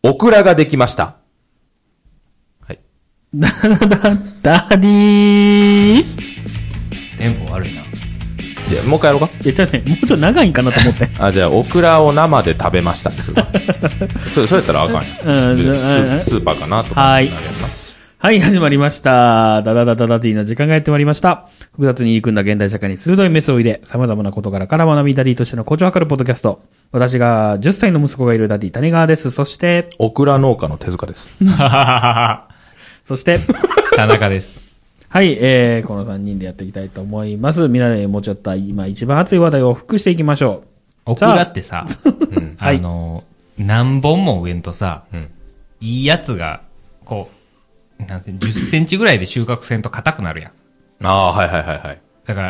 オクラができました。はい。 ダディー。 テンポ悪いな。 いや、もう一回やろうか。 いや、じゃあね、もうちょっと長いんかなと思って。 あ、じゃあ、オクラを生で食べましたそれやったらあかんやん。スーパーかなとか。 はい。はい、始まりました。ダディの時間がやってまいりました。複雑に入り組んだ現代社会に鋭いメスを入れ、様々な事柄から学びダディとしての向上を図るポッドキャスト。私が10歳の息子がいるダディ谷川です。そして、 オクラ農家の手塚です。 そして、 田中です。 はい、この3人でやっていきたいと思います。みんなでもうちょっと今一番熱い話題を復していきましょう。オクラってさ、 はい、 何本も植えんとさ、いいやつが、こう、なんて10センチぐらいで収穫せんと硬くなるやん。 ああ、はいはいはいはい。 だから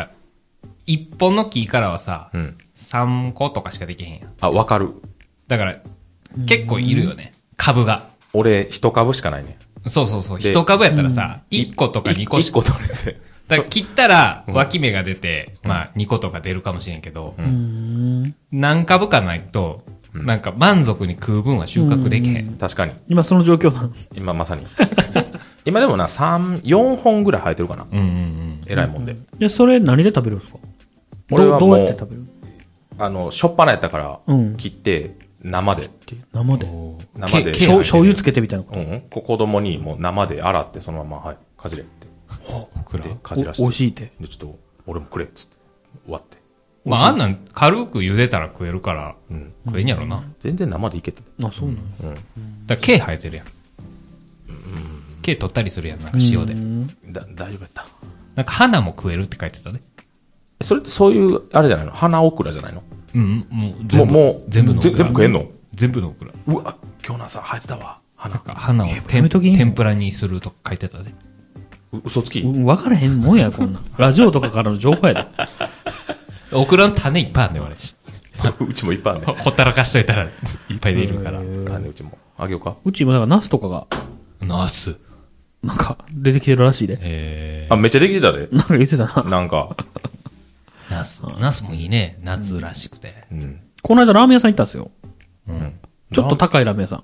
、1本の木からはさ、3個とかしかできへんやん。 あ、わかる。 だから、結構いるよね。株が。 俺、1株しかないね。 そう。1株やったらさ、1個とか2個 1個取れて。 だから切ったら、脇芽が出て、まあ、2個とか出るかもしれんけど、何株かないと、なんか満足に食う分は収穫できへん。 確かに。 今その状況なの？ 今まさに。今でもな、4本ぐらい生えてるかな。偉いもんで。 で、それ何で食べるんですか？ 俺はどうやって食べる？ しょっぱなやったから、切って、生で。 生で。 醤油つけてみたいな。 子供にもう生で洗って、そのまま、はい、かじれって。で、かじらして。 美味しいって。 で、ちょっと、俺もくれっつって、終わって。 まあ、あんなん軽く茹でたら食えるから、食えんやろな。 全然生でいけた。 あ、そうなの？ だから、毛生えてるやん。毛取ったりするやん、なんか塩で。 大丈夫やった。 なんか花も食えるって書いてたね。 それってそういう、あれじゃないの？花オクラじゃないの？ もう全部食えんの？ 全部のオクラ。 うわ、今日の朝生えてたわ。 花を天ぷらにするとか書いてたね。 嘘つき？ 分からへんもんや、こんな。ラジオとかからの情報やで。 オクラの種いっぱいあんねん、俺。 うちもいっぱいあんねん。 ほったらかしといたらいっぱい出るから。 うちも。あげようか。 うちもだからナスとかが。 ナスなんか、出てきてるらしいで。 めっちゃできてたで。 なんか言ってたな。 なんか。 ナスもいいね。夏らしくて。 この間ラーメン屋さん行ったんですよ。ちょっと高いラーメン屋さん。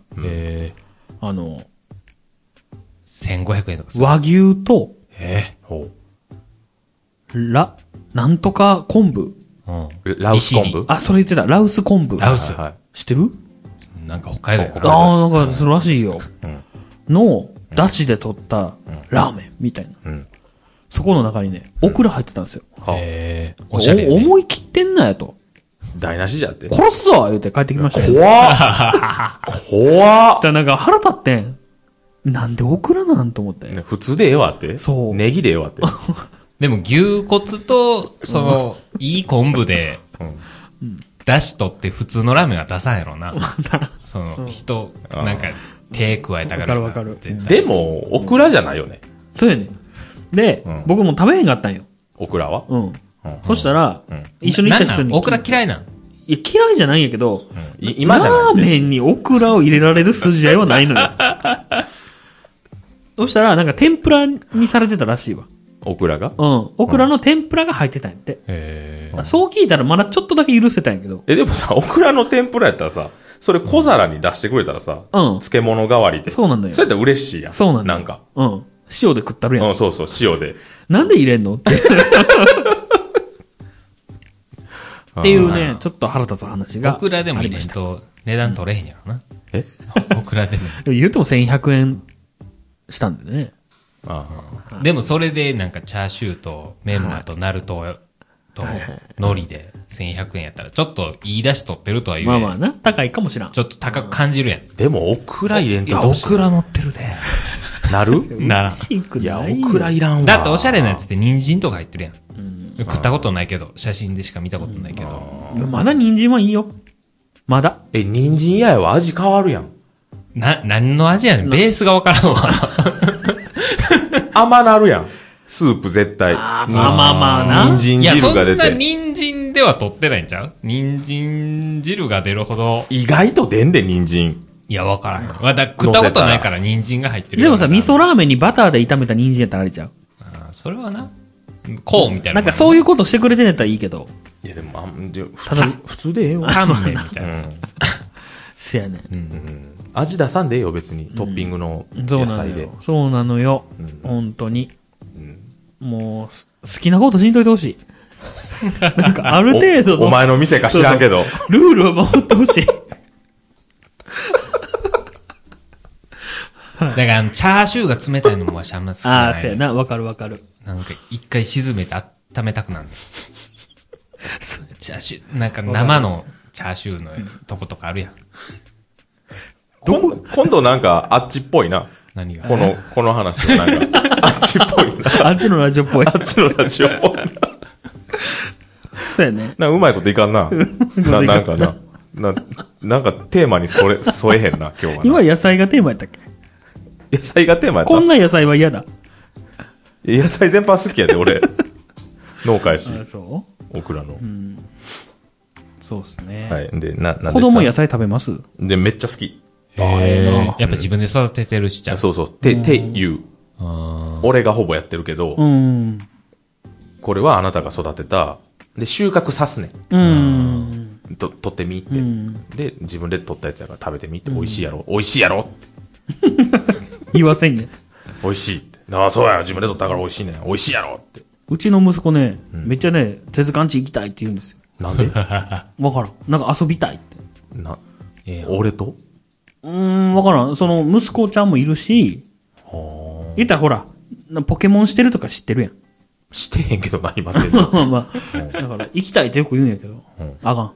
1500円とか和牛と、なんとか昆布。 ラウス昆布？ あ、それ言ってた。ラウス昆布。 ラウス。 知ってる？ なんか北海道やな。ああ、なんかそれらしいよ。の、だしで取ったラーメンみたいな。そこの中にね、オクラ入ってたんですよ。 おしゃれ。 思い切ってんなやと。 台無しじゃって。 殺すぞ言うて帰ってきましたよ。 怖っだなんか腹立ってん。なんでオクラなんと思って。 普通でええわって。 そう。 ネギでええわって。 でも牛骨と、いい昆布で、出しとって普通のラーメンは出さんやろな。なんか、手加えたから。 わかる。 でも、オクラじゃないよね。 そうやね。で、僕も食べへんかったんよ。 オクラは？ そしたら、一緒に行った人に。 オクラ嫌いなん？ いや、嫌いじゃないんやけど、 今じゃない。 ラーメンにオクラを入れられる筋合いはないのよ。そしたら、なんか天ぷらにされてたらしいわ。 オクラが？ オクラの天ぷらが入ってたんやって。そう聞いたらまだちょっとだけ許せたんやけど。 でもさ、オクラの天ぷらやったらさ、それ小皿に出してくれたらさ、漬物代わりで。 そうなんだよ。 そうやったら嬉しいやん。 そうなんだよ。 なんか。 塩で食ったるやん。 そう、塩で。 なんで入れんのって。っていうね、ちょっと腹立つ話が。 オクラでも入れんと値段取れへんやろな。オクラでも。 言うても1100円したんでね。 でもそれでなんかチャーシューとメンマとナルトと海苔で1100円やったらちょっといい出し取ってるとは言う。 まあな、高いかもしらん。 ちょっと高く感じるやん。 でもオクラ入れんとどうしよう。オクラ乗ってるで。 なる？ なら。 いや、オクラいらんわ。 だっておしゃれなやつって人参とか入ってるやん。食ったことないけど、写真でしか見たことないけど。 まだ人参はいいよ。まだ。 人参やわ、味変わるやん。 何の味やねん。ベースがわからんわ。 甘なるやん。スープ絶対。 まあな。 人参汁が出て。 いや、そんな人参では取ってないんちゃう？人参汁が出るほど。 意外と出んで、人参。 いや、わからん。食ったことないから人参が入ってる。 でもさ、味噌ラーメンにバターで炒めた人参やったらあれちゃう？ それはな。こうみたいな。 なんかそういうことしてくれてんやったらいいけど。 いや、でも、普通でええわ。 タンメンみたいな。 せやね。 味出さんでええよ、別に。トッピングの野菜で。 そうなのよ。本当に。もう、好きなことしんといてほしい。なんか、ある程度の。 お前の店か知らんけど。 ルールを守ってほしい。 だから、チャーシューが冷たいのもわしあんま好きじゃない。 ああ、そうやな。わかるわかる。 なんか、一回沈めて温めたくなる。チャーシュー、なんか生のチャーシューのとことかあるやん。 今度なんか、あっちっぽいな。 何がこの話はなんか、あっちっぽいな。 あっちのラジオっぽい。 あっちのラジオっぽいな。 そうやね。 なんかうまいこといかんな。なんかな。なんかテーマに添えへんな、今日は。 今野菜がテーマやったっけ？ 野菜がテーマやった。 こんな野菜は嫌だ。 野菜全般好きやで、俺。農家やし。 そう？ オクラの。 そうっすね。 はい。で、なんで子供野菜食べます？ で、めっちゃ好き。 やっぱ自分で育ててるし、じゃん。 そうそう。って言う。俺がほぼやってるけど、これはあなたが育てた。で、収穫さすね。取ってみって。で、自分で取ったやつやから食べてみって。美味しいやろ美味しいやろ言わせんねん。 美味しいって。ああ、そうや。自分で取ったから美味しいね。美味しいやろって。 うちの息子ね、めっちゃね、手塚んち行きたいって言うんですよ。 なんでわからん。なんか遊びたいって。 俺とわからん。その息子ちゃんもいるし、言ったらほら、ポケモンしてるとか知ってるやん。 してへんけどなりません。 まあ、だから、行きたいってよく言うんやけど、あかん。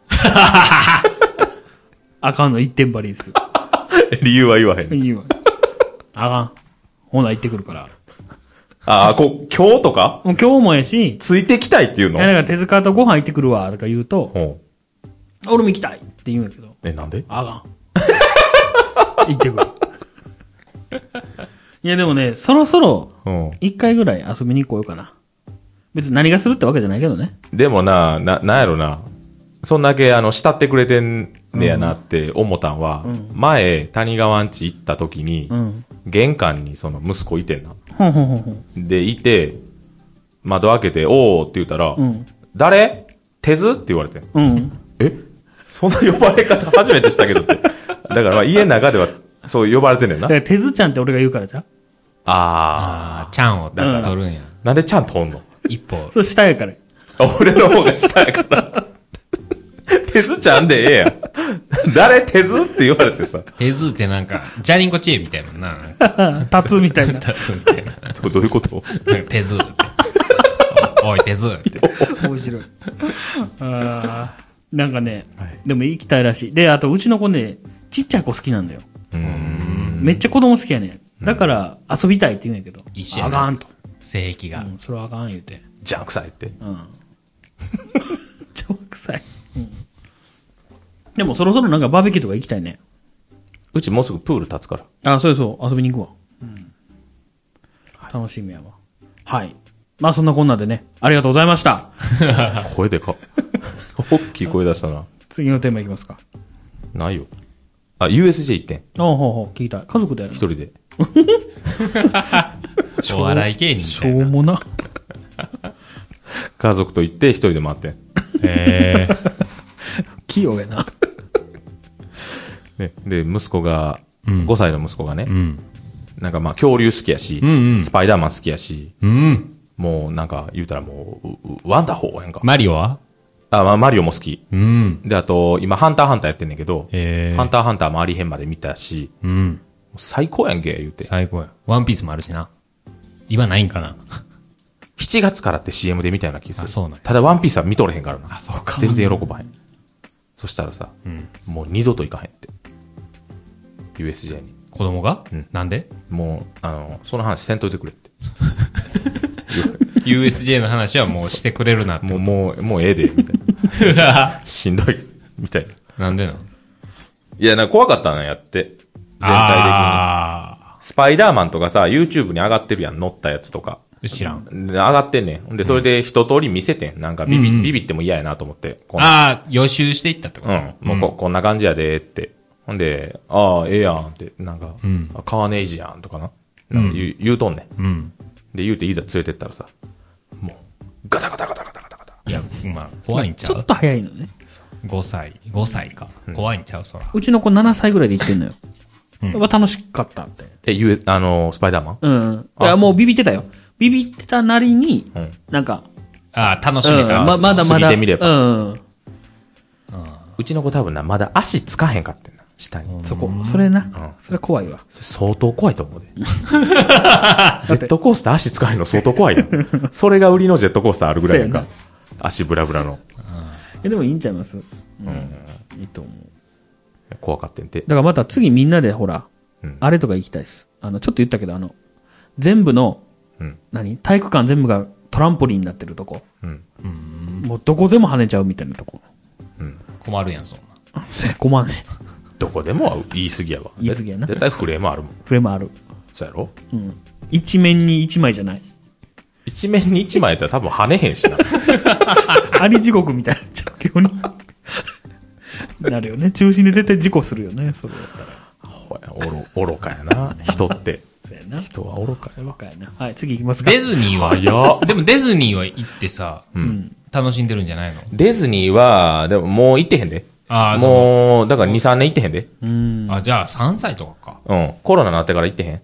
あかんの一点張りですよ。 理由は言わへん。 いいわ。あかん。ほな行ってくるから。 ああ、今日とかもう今日もやし、 ついてきたいっていうのだから手塚とご飯行ってくるわ、とか言うと、俺も行きたいって言うんやけど。 なんであかん。行ってくる。いやでもね、そろそろ、一回ぐらい遊びに行こうよかな。別に何がするってわけじゃないけどね。 でもなんやろな。そんだけ慕ってくれてんねやなって思ったんは、前、谷川んち行った時に、玄関にその息子いてんな。で、いて、窓開けて、おーって言ったら、誰手津って言われて。そんな呼ばれ方初めてしたけどって。だから家の中ではそう呼ばれてんねんな。 だから手津ちゃんって俺が言うからじゃん。 ちゃんを取るんや。 なんでちゃん取んの一歩。 そう、下やから。 俺の方が下やから。手津ちゃんでええやん。誰手津って言われてさ。 手津ってなんか、ジャリンコチエみたいなな。 タツみたいな。 タツみたいな。 どういうことなんか手津って。おい手津って。 面白い。なんかね、でも行きたいらしい。で、あとうちの子ね、ちっちゃい子好きなんだよ。めっちゃ子供好きやねん。だから遊びたいって言うんやけど。 一緒やな。あかんと。 性癖が。 それはあかん言うて。 じゃんくさいって。 超臭い。でもそろそろなんかバーベキューとか行きたいね。 うちもうすぐプール立つから。 あ、そうそう。遊びに行くわ。楽しみやわ。はい。まあそんなこんなでね、ありがとうございました。 声でか。大きい声出したな。 次のテーマいきますか。 ないよ。USJ 行ってん。 聞いた。家族でやる。 一人で。 お笑い芸人しょうもな。 家族と行って一人で回ってん。 器用やな。 ね、で、息子が、5歳の息子がね、なんかまあ恐竜好きやし、スパイダーマン好きやし、もうなんか言うたらもう、ワンダホーやんか。 マリオはマリオも好き。で、あと、今、ハンターハンターやってんねんけど、 ハンターハンター周り編まで見たし、最高やんけ、言うて。 最高や。ワンピースもあるしな。今ないんかな。 7月からって CM で見たような気がする。 そうなん。 ただワンピースは見とれへんからな。 そうか。 全然喜ばへん。そしたらさ、もう二度と行かへんって。USJ に。 子供がなんでもう、その話せんといてくれって。 USJ の話はもうしてくれるなって。 もうええで、みたいな。しんどい、みたいな。 なんでなのいや、怖かったな、やって。全体的に。スパイダーマンとかさ、YouTube に上がってるやん、乗ったやつとか。 知らん。 上がってんねん。で、それで一通り見せてん。なんかビビっても嫌やなと思って。 予習していったってこともうこんな感じやで、って。ほんで、ええやんって、なんか、カーネイジやんとかな。なんか言うとんねん。で、言うていざ連れてったらさ、もう、ガタガタガタガタガタガタ。 いや、まあ、怖いんちゃうちょっと早いのね。 5歳か。怖いんちゃうそら。 うちの子7歳ぐらいで行ってんのよ。楽しかったって。 スパイダーマン？ うん。いや、もうビビってたよ。ビビってたなりに、なんか。 楽しめた。 まだまだ。 過ぎてみれば。 うん。 うちの子多分な、まだ足つかへんかってんな、下に。 それな。それ怖いわ。 相当怖いと思うで。ジェットコースター足つかへんの相当怖いやん。それが売りのジェットコースターあるぐらいやんか。足ブラブラの。 でもいいんちゃいます？いいと思う。 怖かってんて。 だからまた次みんなでほら、あれとか行きたいです。ちょっと言ったけど全部の、体育館全部がトランポリンになってるとこ。もうどこでも跳ねちゃうみたいなとこ。 困るやん、そんな。 困んね。 どこでも言い過ぎやわ。 言い過ぎやな。 絶対フレームあるもん。 フレームある。 そうやろ？ 一面に一枚じゃない。 一面に一枚やったら多分跳ねへんしな。 あり地獄みたいな状況になるよね。中心で絶対事故するよね、それだったら。 愚かやな、人って。 そうやな。 人は愚かやな。 愚かやな。はい、次行きますか。 ディズニーは、でもディズニーは行ってさ、楽しんでるんじゃないの？ ディズニーは、でももう行ってへんで。もう、だから2、3年行ってへんで。 じゃあ3歳とかか。コロナになってから行ってへん。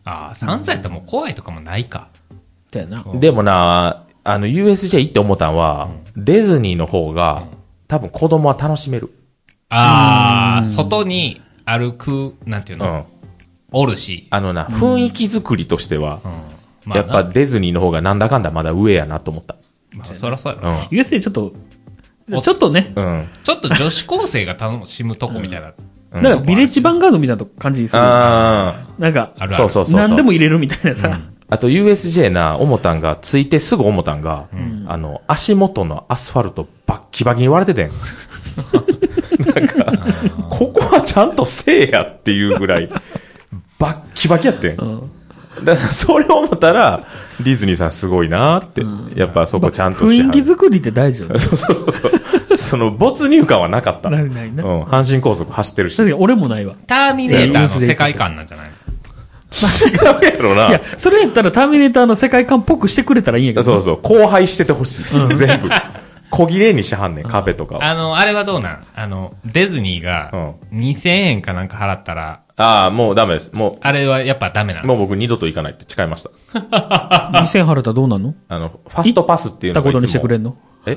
3歳ってもう怖いとかもないか。 だよな。 でもな、USJ 行って思ったんは、ディズニーの方が、多分子供は楽しめる。 外に歩く、なんていうの？おるし。 雰囲気作りとしては、やっぱディズニーの方がなんだかんだまだ上やなと思った。 そらそうやろ。 USJ ちょっとね。 ちょっと女子高生が楽しむとこみたいな。 なんかビレッジヴァンガードみたいな感じする。なんか、 そう。 何でも入れるみたいなさ。 あと USJ な、思ったんが、ついてすぐ思ったんが、足元のアスファルトバッキバキに割れててん。なんか、ここはちゃんとせえやっていうぐらい、バッキバキやってん。だからそれを思ったら、ディズニーさんすごいなーって。やっぱそこちゃんとして雰囲気作りって大事よね。 そう。その没入感はなかった。 ないな。 阪神高速走ってるし。 確かに俺もないわ。 ターミネーターの世界観なんじゃないの？ 違うやろな。 いや、それやったらターミネーターの世界観っぽくしてくれたらいいんやけど。 そう。荒廃しててほしい。全部。小切れにしはんねん、壁とかを。 あれはどうなんディズニーが、2000円かなんか払ったら、 もうダメです。もう。 あれはやっぱダメなの？ もう僕二度と行かないって誓いました。 2000払ったらどうなんの？ ファストパスっていうのがいつも。行ったことにしてくれんの？ え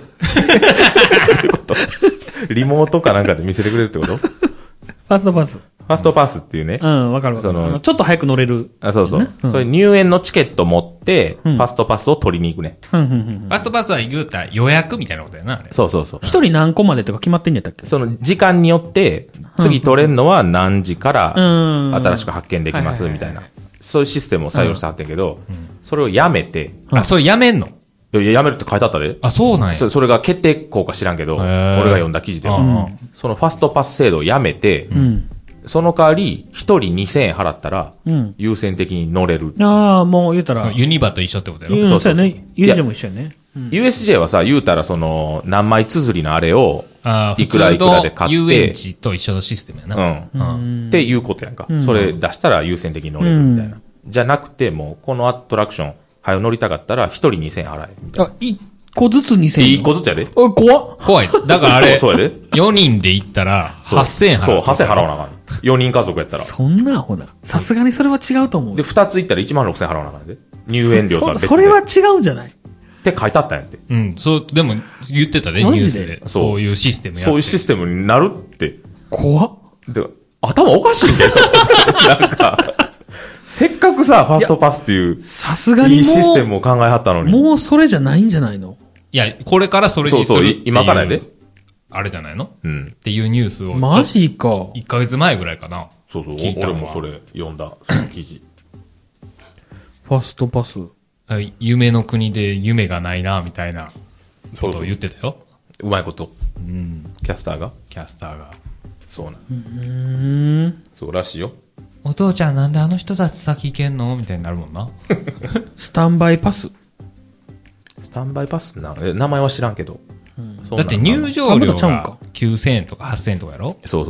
リモートかなんかで見せてくれるってこと？ ファストパス。 ファストパスっていうね。 わかる。ちょっと早く乗れる。 そう。それ入園のチケット持って、ファストパスを取りに行くね。 ファストパスは言うたら予約みたいなことやな。 そう。 一人何個までとか決まってんやったっけ？ その時間によって、次取れるのは何時から新しく発見できますみたいな。そういうシステムを採用してはってんけど、それをやめて。 それやめんの？ いや、やめるって書いてあったで。 そうなんや。 それが決定校か知らんけど、俺が読んだ記事では。そのファストパス制度をやめて、その代わり、一人2000円払ったら、優先的に乗れる。 もう言うたら。 ユニバと一緒ってことやろ？ そうね。USJ も一緒やね。 USJ はさ、言うたら何枚綴りのあれを、いくらいくらで買って。 遊園地と一緒のシステムやな。 っていうことやんか。それ出したら優先的に乗れるみたいな。じゃなくて、もう、このアトラクション、早乗りたかったら、一人2000円払え。みたいな。 1個ずつ2000円。 1個ずつやで。 怖っ。 怖い。だからあれ、 そうやで。 4人で行ったら、8000円払う。 そう、8000円払わなあかん。4人家族やったら。 そんなアホな。さすがにそれは違うと思う。 で、2つ行ったら16000円払わなあかんで。入園料とは別で。 それは違うんじゃない？ って書いてあったんやって。 でも、言ってたで、ニュースで。そういうシステムやって。 そういうシステムになるって。 怖っ。 で、頭おかしいんだよ。なんか、せっかくさ、ファストパスっていう、 さすがにいいシステムを考えはったのに。 もうそれじゃないんじゃないの？ いや、これからそれにするっていう。 今からやで。 あれじゃないの？っていうニュースを。 マジか。 1ヶ月前ぐらいかな。 そう。俺もそれ読んだ、その記事。 ファストパス。 夢の国で夢がないな、みたいなことを言ってたよ。 うまいこと。キャスターが。そうなん。そうらしいよ。 お父ちゃんなんであの人たち先行けんのみたいになるもんな。 スタンバイパス。 スタンバイパスな。名前は知らんけど。 だって入場料が9000円とか8000円とかやろ？ そう。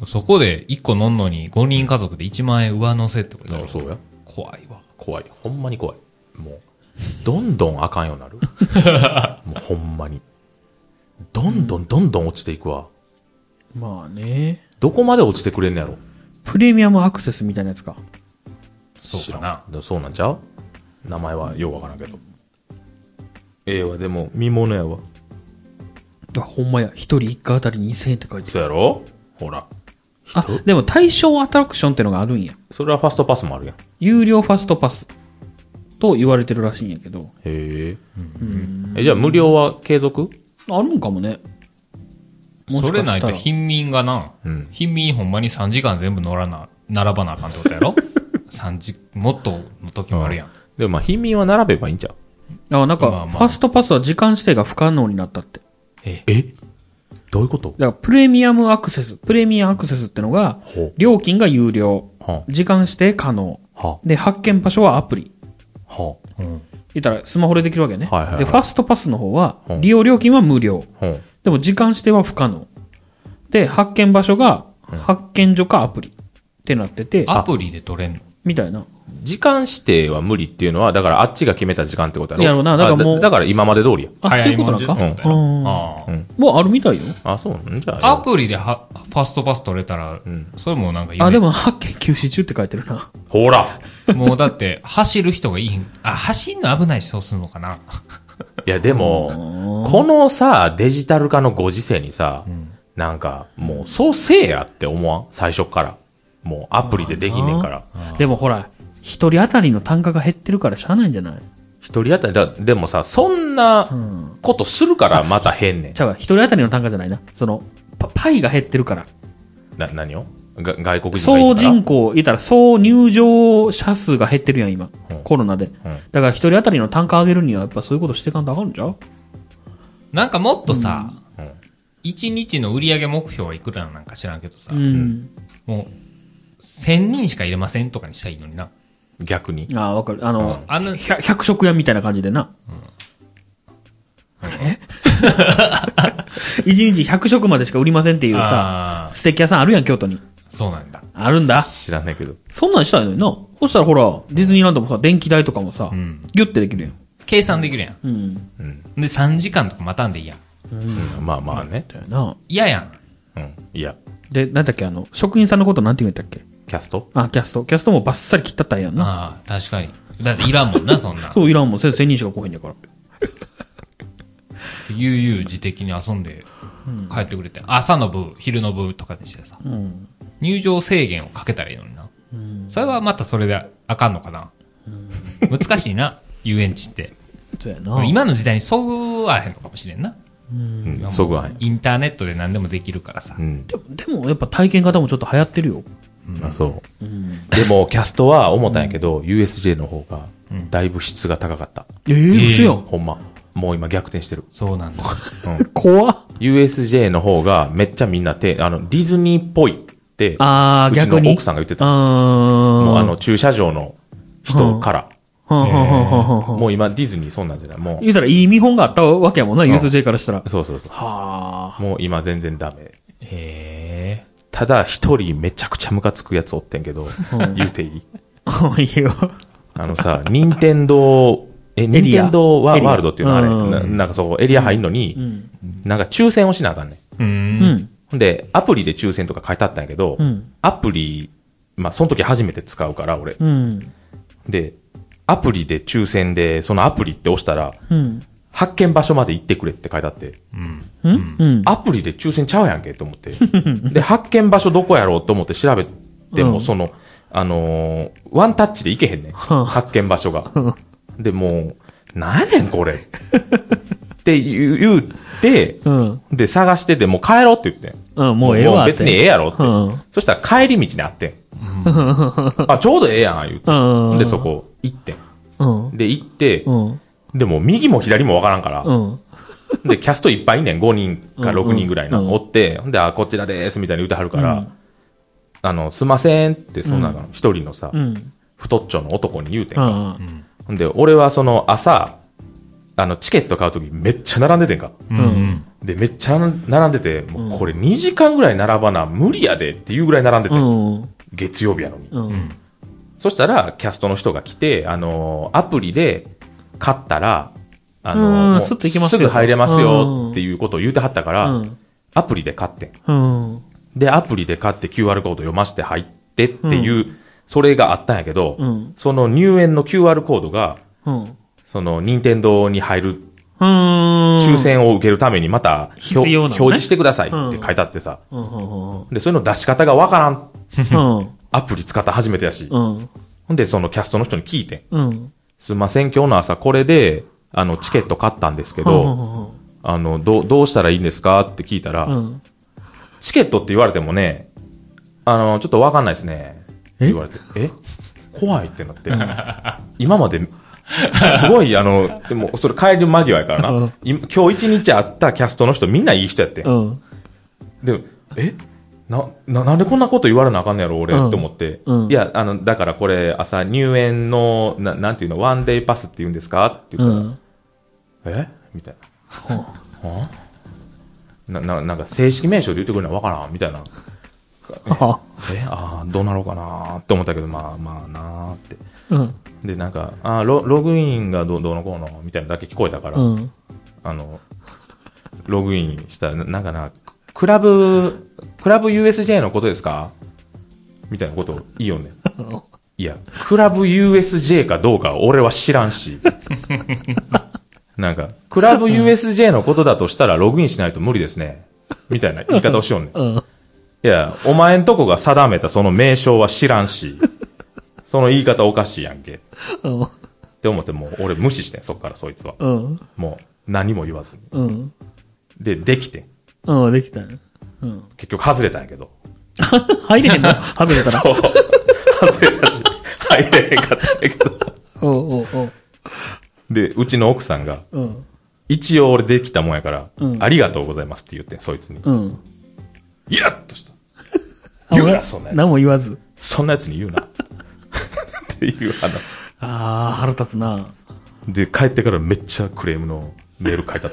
そこで1個乗んのに5人家族で1万円上乗せってことだろ？ そうや。 怖いわ。 怖い。ほんまに怖い。もう、どんどんあかんようになる。もうほんまに。 どんどん落ちていくわ。 まあね。 どこまで落ちてくれんのやろ。 プレミアムアクセスみたいなやつか。 そうかな。 そうなんちゃう？名前はようわからんけど。わ、でも、見物やわ。 ほんまや。一人一回あたり2000円って書いてる。 そうやろ？ほら。 でも対象アトラクションってのがあるんや。 それはファストパスもあるやん。 有料ファストパスと言われてるらしいんやけど。 へえ。じゃあ無料は継続？ あるんかもね。もしかしたらそれないと貧民がな、貧民ほんまに3時間全部並ばなあかんってことやろもっとの時もあるやん。 でもまあ、貧民は並べばいいんちゃう？ なんか、ファストパスは時間指定が不可能になったって。 どういうこと？ だから、プレミアムアクセスってのが、料金が有料、時間指定可能、で、発見場所はアプリ。言ったら、スマホでできるわけね。で、ファストパスの方は、利用料金は無料。でも、時間指定は不可能。で、発見場所が、発見所かアプリってなってて。 アプリで取れんの？ みたいな。 時間指定は無理っていうのは、だからあっちが決めた時間ってことやろ？ やろうな。だからもう。 だから今まで通りや。 っていうことなんか？もうあるみたいよ。 そうなんじゃあ。 アプリでファストパス取れたら、それもなんかでも発見休止中って書いてるな。 ほらもうだって、走る人がいい走るの危ないし、そうするのかな。 いや、でも、このさ、デジタル化のご時世にさ、なんか、もう、そうせえやって思わん？最初から。もう、アプリでできんねんから。 でもほら、一人当たりの単価が減ってるからしゃあないんじゃない？ 一人当たりでもさ、そんなことするからまた変ねん。 一人当たりの単価じゃないな。パイが減ってるから。 何を？外国人が総人口、言ったら総入場者数が減ってるやん、今。コロナで。だから一人当たりの単価上げるには、やっぱそういうことしていかんとあかんのちゃう？ なんかもっとさ、1日の売上目標はいくらなんか知らんけどさ、もう、1000人しか入れませんとかにしたらいいのにな。 逆に。 わかる。100食屋みたいな感じでな。1日100食までしか売りませんっていうさ、ステーキ屋さんあるやん、京都に。 そうなんだ。 あるんだ。 知らないけど。 そんなんしたいのにな。そしたらほら、ディズニーランドもさ、電気代とかもさ、ギュッてできるやん。 計算できるやん。で、3時間とか待たんでいいやん。 まあまあね。 嫌やん。 いや。 で、なんだっけ、職員さんのことなんて言うんだっけ？ キャストキャストもバッサリ切ったったんやんな。 確かに。だっていらんもんな、そんな。 そう、いらんもん。1000人しか来へんやから。 悠々自適に遊んで帰ってくれて、朝の部、昼の部とかにしてさ、入場制限をかけたらいいのにな。それはまたそれであかんのかな。難しいな、遊園地って。 そうやな。 今の時代にそぐわへんのかもしれんな。 そぐわへん。 インターネットで何でもできるからさ。 でもやっぱ体験型もちょっと流行ってるよ。 そう。でも、キャストは思ったんやけど、USJ の方が、だいぶ質が高かった。 嘘やん。 ほんま。もう今逆転してる。 そうなんだ。 怖っ。 USJ の方がめっちゃみんなディズニーっぽいって、うち逆にの奥さんが言ってた。もう駐車場の人から。もう今ディズニーそんなんじゃない。もう。 言うたらいい見本があったわけやもんな、USJ からしたら。 そうそうそう。もう今全然ダメ。ただ一人めちゃくちゃムカつくやつおってんけど、言うていい？いいよ。 任天堂ワールドっていうのはあれ、なんかそう、エリア入んのに、なんか抽選をしなあかんねん。で、アプリで抽選とか書いてあったんやけど、アプリ、その時初めて使うから、俺。で、アプリで抽選で、そのアプリって押したら、発見場所まで行ってくれって書いてあって、アプリで抽選ちゃうやんけと思って。で、発見場所どこやろうと思って調べても、ワンタッチで行けへんねん。発見場所が。で、もう、なんやねんこれ。って言って、で、探してて、もう帰ろうって言ってん。 もうええわって。 別にええやろって。そしたら帰り道にあってん。ちょうどええやん、言って。で、そこ、行ってん。で、行って、でも、右も左もわからんから、で、キャストいっぱいいんねん、5人か6人ぐらいな、おって、で、こちらです、みたいに言うてはるから、すいませんって、その中の一人のさ、太っちょの男に言うてんか。で、俺は朝、チケット買うときめっちゃ並んでてんか。で、めっちゃ並んでて、もうこれ2時間ぐらい並ばな、無理やでっていうぐらい並んでて、月曜日やのに。そしたら、キャストの人が来て、アプリで買ったら、 もうスッと行けますよすぐ入れますよっていうことを言うてはったから、アプリで買ってん。で、アプリで買って QR コード読ませて入ってっていう、それがあったんやけど、その入園の QR コードが、その任天堂に入る抽選を受けるためにまた表示してくださいって書いてあってさ。で、そういうの出し方がわからん。アプリ使った初めてやし。ほんで、そのキャストの人に聞いて。すいません、今日の朝これで、チケット買ったんですけど、どうしたらいいんですかって聞いたら、チケットって言われてもね、ちょっとわかんないですね。って言われて、怖いってなって。今まで、すごい、でも、それ帰る間際やからな。今日一日会ったキャストの人みんないい人やって。で、なんでこんなこと言われなあかんねやろ、俺、って思って。いや、だからこれ、朝入園の、なんていうの、ワンデイパスって言うんですかって言ったら、みたいな。なんか正式名称で言ってくるのはわからん、みたいな。どうなろうかなって思ったけど、まあなーって。で、なんか、ログインがどうのこうの、みたいなだけ聞こえたから、ログインしたら、なんかな、クラブ USJ のことですかみたいなことを言いよね。いや、クラブ USJ かどうか俺は知らんし。なんか、クラブ USJ のことだとしたらログインしないと無理ですね。みたいな言い方をしようね。いや、お前んとこが定めたその名称は知らんし、その言い方おかしいやんけ。って思ってもう俺無視してん、そっからそいつは。もう何も言わずに。で、できてん。 できたね。 結局外れたんやけど。 入れへんの外れたら。 そう。外れたし、入れへんかったんやけど。で、うちの奥さんが、一応俺できたもんやから、ありがとうございますって言ってん、そいつに。イラッとした。言うな、そんなやつ。 何も言わず。 そんなやつに言うな。っていう話。 腹立つな。 で、帰ってからめっちゃクレームのメール書いてあった。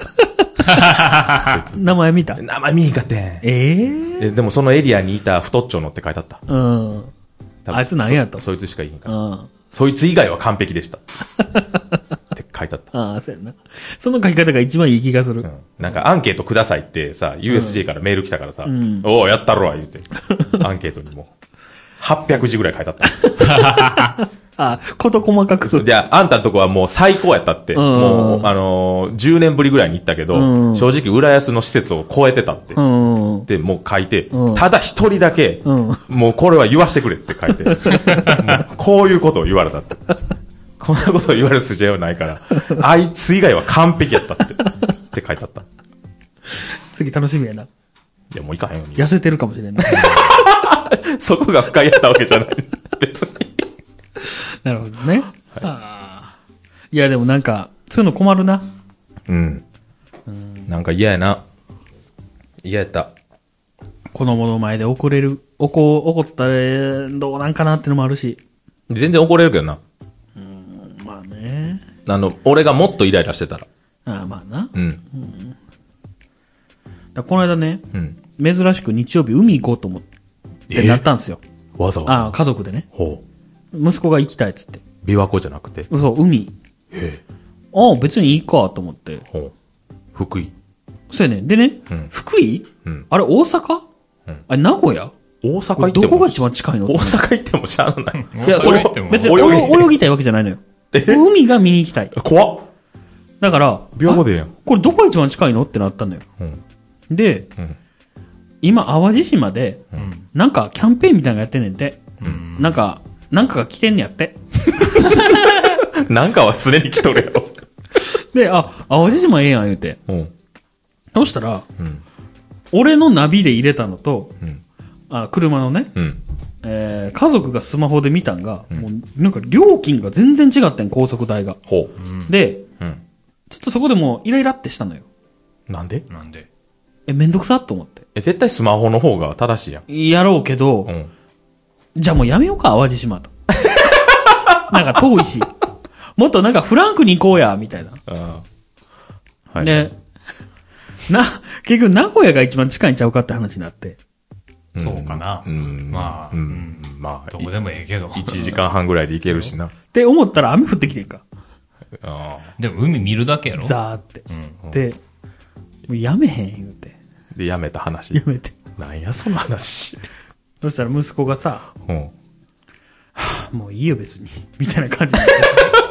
そいつ。 名前見た？ 名前見んかってん。でもそのエリアにいた太っちょのって書いてあった。 あいつ何やと。 そいつしかいいんから。そいつ以外は完璧でした。って書いてあった。 そうやな。その書き方が一番いい気がする。 なんかアンケートくださいってさ、USJ からメール来たからさ、おうやったろわ、言うて。アンケートにも。800字ぐらい書いてあった。 こと細かくする。 じゃあ、あんたのとこはもう最高やったって。もう、10年ぶりぐらいに行ったけど、正直浦安の施設を超えてたって。で、もう書いて、ただ一人だけ、もうこれは言わせてくれって書いて。こういうことを言われたって。こんなことを言われる筋合いはないから、あいつ以外は完璧やったって。って書いてあった。 次楽しみやな。 いや、もう行かへんように。 痩せてるかもしれんない。 そこが不快やったわけじゃない。別に。 なるほどですね。いや、でもなんか、そういうの困るな。 なんか嫌やな。嫌やった。 子供の前で怒ったらどうなんかなってのもあるし。 全然怒れるけどな。 まあね。 俺がもっとイライラしてたら。 まあな。この間ね、珍しく日曜日海行こうと思ってなったんですよ。 わざわざ。 家族でね。息子が行きたいっつって。 琵琶湖じゃなくて。 そう、海。別にいいかと思って。 福井。 そうやね。でね、福井あれ大阪あれ名古屋大阪行っても。 どこが一番近いの大阪行ってもしゃあない。 いや、それ、別に泳ぎたいわけじゃないのよ。海が見に行きたい。 怖っ。 だから、 琵琶湖でやん。 これどこが一番近いのってなったんだよ。で、今、淡路島で、なんかキャンペーンみたいなのやってんねんて。なんかが来てんねやって。 なんかは常に来とるやろ。 で、淡路島ええやん言うて。そしたら、俺のナビで入れたのと、車のね、家族がスマホで見たんが、もうなんか料金が全然違ってん、高速代が。で、ちょっとそこでもうイライラってしたのよ。 なんでめんどくさと思って。 絶対スマホの方が正しいやん。 やろうけど、じゃあもうやめようか、淡路島と。なんか遠いし。もっとなんかフランクに行こうや、みたいな。で、結局名古屋が一番近いんちゃうかって話になって。 そうかな。まあ、どこでもええけど。 1時間半ぐらいで行けるしな。 って思ったら雨降ってきてんか。 あでも海見るだけやろ。 ザーって。 うん。 で、もうやめへん言うて。 ーで、やめた話。 やめて。 なんや、その話。 そしたら息子がさ、 うん。 もういいよ別に。みたいな感じになってさ。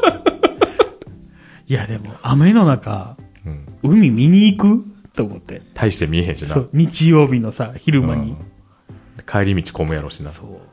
いやでも、雨の中、 うん。 海見に行くと思って。 大して見えへんしな。 そう、日曜日のさ、昼間に。 帰り道混むやろしな。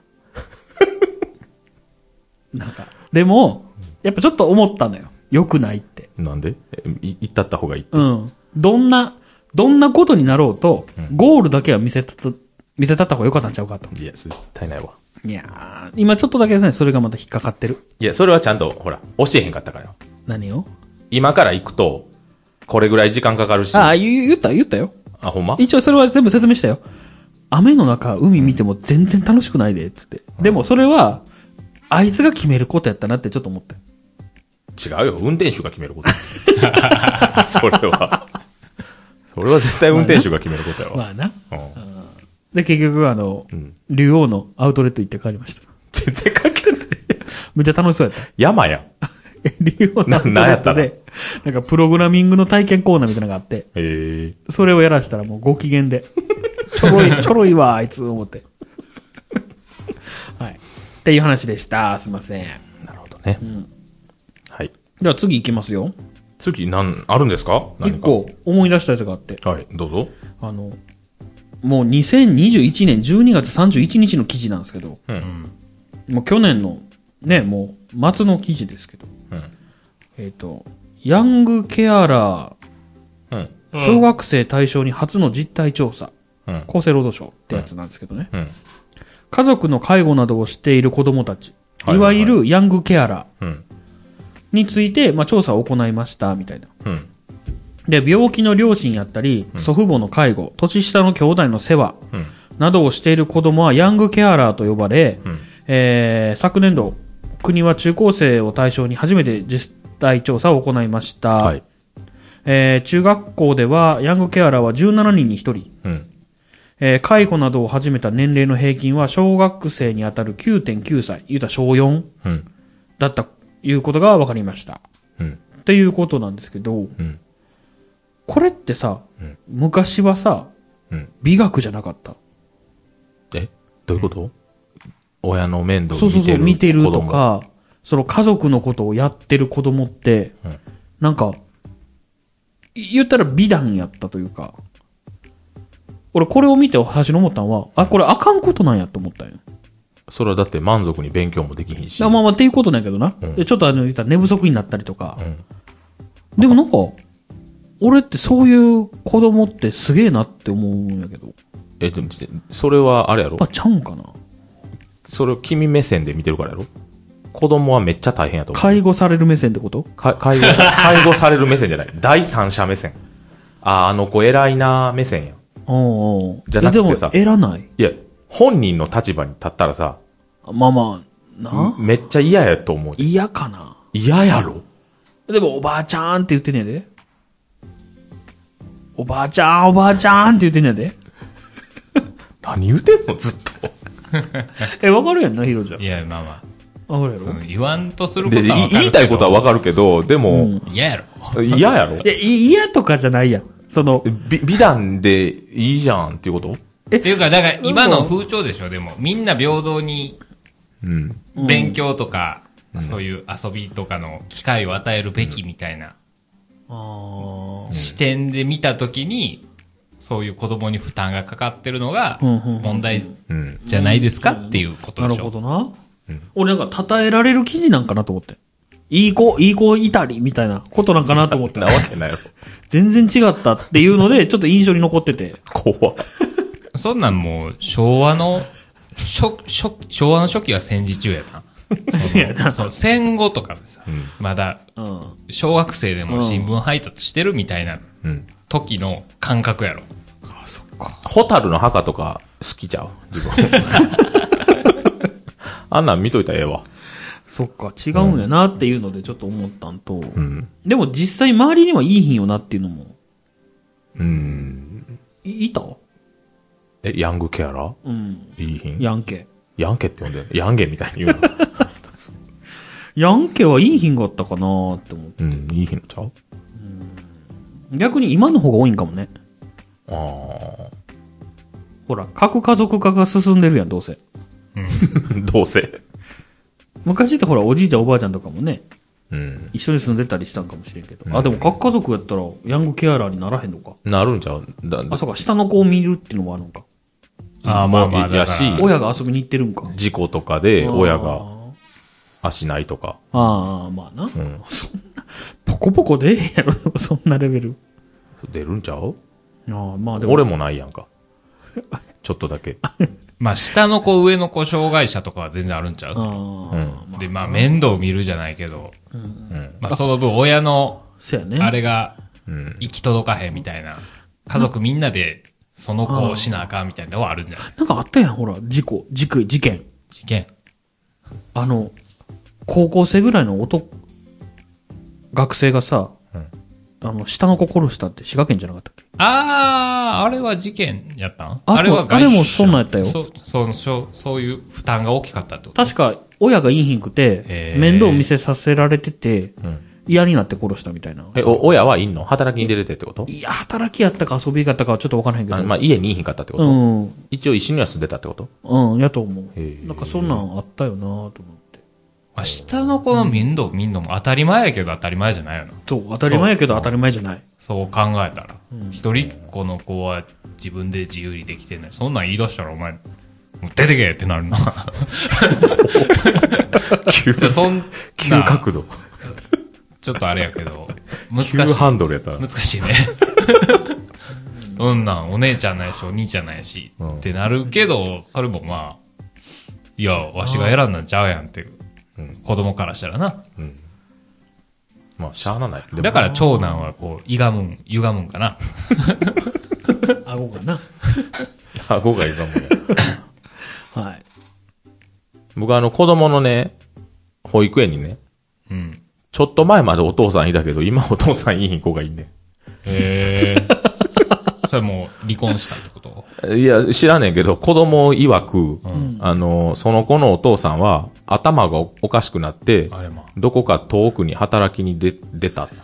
そう。なんか、でも、やっぱちょっと思ったのよ。良くないって。 なんで行ったった方がいいって。 うん。どんなことになろうと、ゴールだけは見せたった方が良かったんちゃうかと。 いや、絶対ないわ。 いやー、今ちょっとだけですね、それがまた引っかかってる。 いや、それはちゃんと、ほら、教えへんかったからよ。 何を今から行くと、これぐらい時間かかるし。 ああ、言ったよ。 あ、ほんま一応それは全部説明したよ。雨の中、海見ても全然楽しくないで、つって。でもそれは、あいつが決めることやったなってちょっと思って。 違うよ。運転手が決めること。それは。それは絶対運転手が決めることやわ。 まあな。 うんで、結局ん竜王のアウトレット行って帰りました。 全然関係ない。 めっちゃ楽しそうやった。 山やん。 竜王のアウトレットで、なんかプログラミングの体験コーナーみたいなのがあって、 へえ。 それをやらしたらもうご機嫌で。ちょろいわ、あいつ、思って。はい。っていう話でした。すいません。 なるほどね。はい。 では次行きますよ。 次、あるんですか何か。 一個思い出したやつがあって。 はい、どうぞ。 もう2021年12月31日の記事なんですけど、 うん。 もう去年のね、もう末の記事ですけど、 うん。 ヤングケアラうん。 ー、小学生対象に初の実態調査、 うん。 厚生労働省ってやつなんですけどね、 うん。 家族の介護などをしている子供たち、 はいいはいはいわゆるヤングケアラうん。 ーについて、まあ、調査を行いました、みたいな。 うん。 で、病気の両親やったり、祖父母の介護、年下の兄弟の世話うん。 などをしている子供はヤングケアラーと呼ばれ、 うん。 昨年度、国は中高生を対象に初めて実態調査を行いました。 はい。 中学校ではヤングケアラーは17人に1人、 うん。 介護などを始めた年齢の平均は小学生にあたる 9.9 歳、言うたら小4 うん。 だったということが分かりました。 うん。 っていうことなんですけど、 うん。 これってさ、 うん昔はさ、 うん。 美学じゃなかった。 どういうこと親の面倒そうそうそう、見てると子供。 か、その家族のことをやってる子供って、 うんなんか、言ったら美談やったというか、俺これを見て最初に思ったのは、あ、これあかんことなんやと思ったんよ。 それはだって満足に勉強もできひんし。 まあまあっていうことなんやけどな。 うんでちょっと言ったら寝不足になったりとか。 うん。 でもなんか、俺ってそういう子供ってすげえなって思うんやけど。 でも、それはあれやろやっぱちゃうんかな。 それを君目線で見てるからやろ子供はめっちゃ大変やと思う。 介護される目線ってこと介護される目線じゃない。第三者目線。あの子偉いな目線や。 おうじゃなくてさでも、偉ない。 いや、本人の立場に立ったらさ、 まあまあ、なめっちゃ嫌やと思う。 嫌かな。 嫌やろでも、おばあちゃんって言ってんねやで。おばあちゃん、おばあちゃんって言ってんねやで。 何言うてんのずっと。 わかるやんな、ヒロちゃん。 いや、まあまわかるやろあ、言わんとすることで、 はわかるけど。 言いたいことはわかるけど、でも、 嫌やろ。 嫌やろいや、嫌とかじゃないやん。その、 美談でいいじゃんっていうことっていうか、だから今の風潮でしょ、でも。みんな平等にうん。 勉強とか、そういう遊びとかの機会を与えるべきみたいな視点で見たときに、そういう子供に負担がかかってるのが問題うん。 じゃないですかっていうことなるでしょ。 ほどな。俺なんか、称えられる記事なんかなと思って。いい子いたりみたいなことなんかなと思ってな。わけないやろ。 全然違ったっていうので、ちょっと印象に残ってて。 怖っ。 そんなんもう、昭和の初期は戦時中やな。 そうやな。 そう、戦後とかでさ、まだ、 うん。 小学生でも新聞配達してるみたいなうん。 時の感覚やろ。 あ、そっか。 ホタルの墓とか好きちゃう自分。あんなん見といたらええわ。 そっか、違うんやなっていうのでちょっと思ったんと。 うん。 でも実際周りにはいい品よなっていうのも。いたヤングケアラーうん。 いい品ヤンケ。 ヤンケって呼んでるヤンゲみたいに言うの。 ヤンケはいい品があったかなって思って。 うん、いい品ちゃう？ 逆に今の方が多いんかもね。 ああ。 ほら、核家族化が進んでるやん、どうせ。 うん。どうせ。 昔ってほら、おじいちゃんおばあちゃんとかもね、 うん。 一緒に住んでたりしたんかもしれんけど。 うん、 あ、でも核家族やったら、ヤングケアラーにならへんのか。 なるんちゃう？ あ、そうか、下の子を見るっていうのもあるのか。 ああ、まあまあ、 やし、 親が遊びに行ってるんか。 事故とかで、親が足ないとか。 ああ、まあな。 うん。 そんな、ポコポコ出えへんやろ、そんなレベル。 出るんちゃう？ ああ、まあでも。 俺もないやんか。ちょっとだけ。 まあ、下の子、上の子、障害者とかは全然あるんちゃう？ うん。 で、まあ、面倒見るじゃないけど、 うん。 まあ、その分、親の、あれが、行き届かへんみたいな。家族みんなで、その子をしなあかんみたいなのはあるんじゃない？ なんかあったやん、ほら、事件。高校生ぐらいの学生がさ、下の子殺したって滋賀県じゃなかったっけ？ あれは事件やったん？ あれもそんなんやったよ。 そういう負担が大きかったってこと？ 確か、親がいいひんくて、面倒見せさせられてて、嫌になって殺したみたいな。 親はいんの？働きに出れてってこと？ いや、働きやったか遊びやったかはちょっとわからへんけど。 まあ、家にいひんかったってこと？うん。一応一緒には住んでたってこと？ うん、やと思う。なんかそんなんあったよなと思って。 まあ、下の子の面倒見んのも当たり前やけど当たり前じゃないよな。 そう、当たり前やけど当たり前じゃない。 そう考えたら。一人っ子の子は自分で自由にできてんねん。そんなん言い出したらお前、もう出てけってなるな。 急角度。 ちょっとあれやけど、難しい。 急ハンドルやったら。 難しいね。そんなんお姉ちゃんないしお兄ちゃんないし、ってなるけど、それもまあ、いや、わしが選んだんちゃうやんっていう。子供からしたらな。 まあ、しゃあない。 だから長男はこう、歪むんかな。 顎がな。 顎が歪むや。はい。 僕子供のね、保育園にね、ちょっと前までお父さんいたけど、今お父さんいい子がいいね。 へえ。それもう離婚したってこと？ いや、知らねえけど、子供曰く、その子のお父さんは、頭がおかしくなって、どこか遠くに働きに出たって、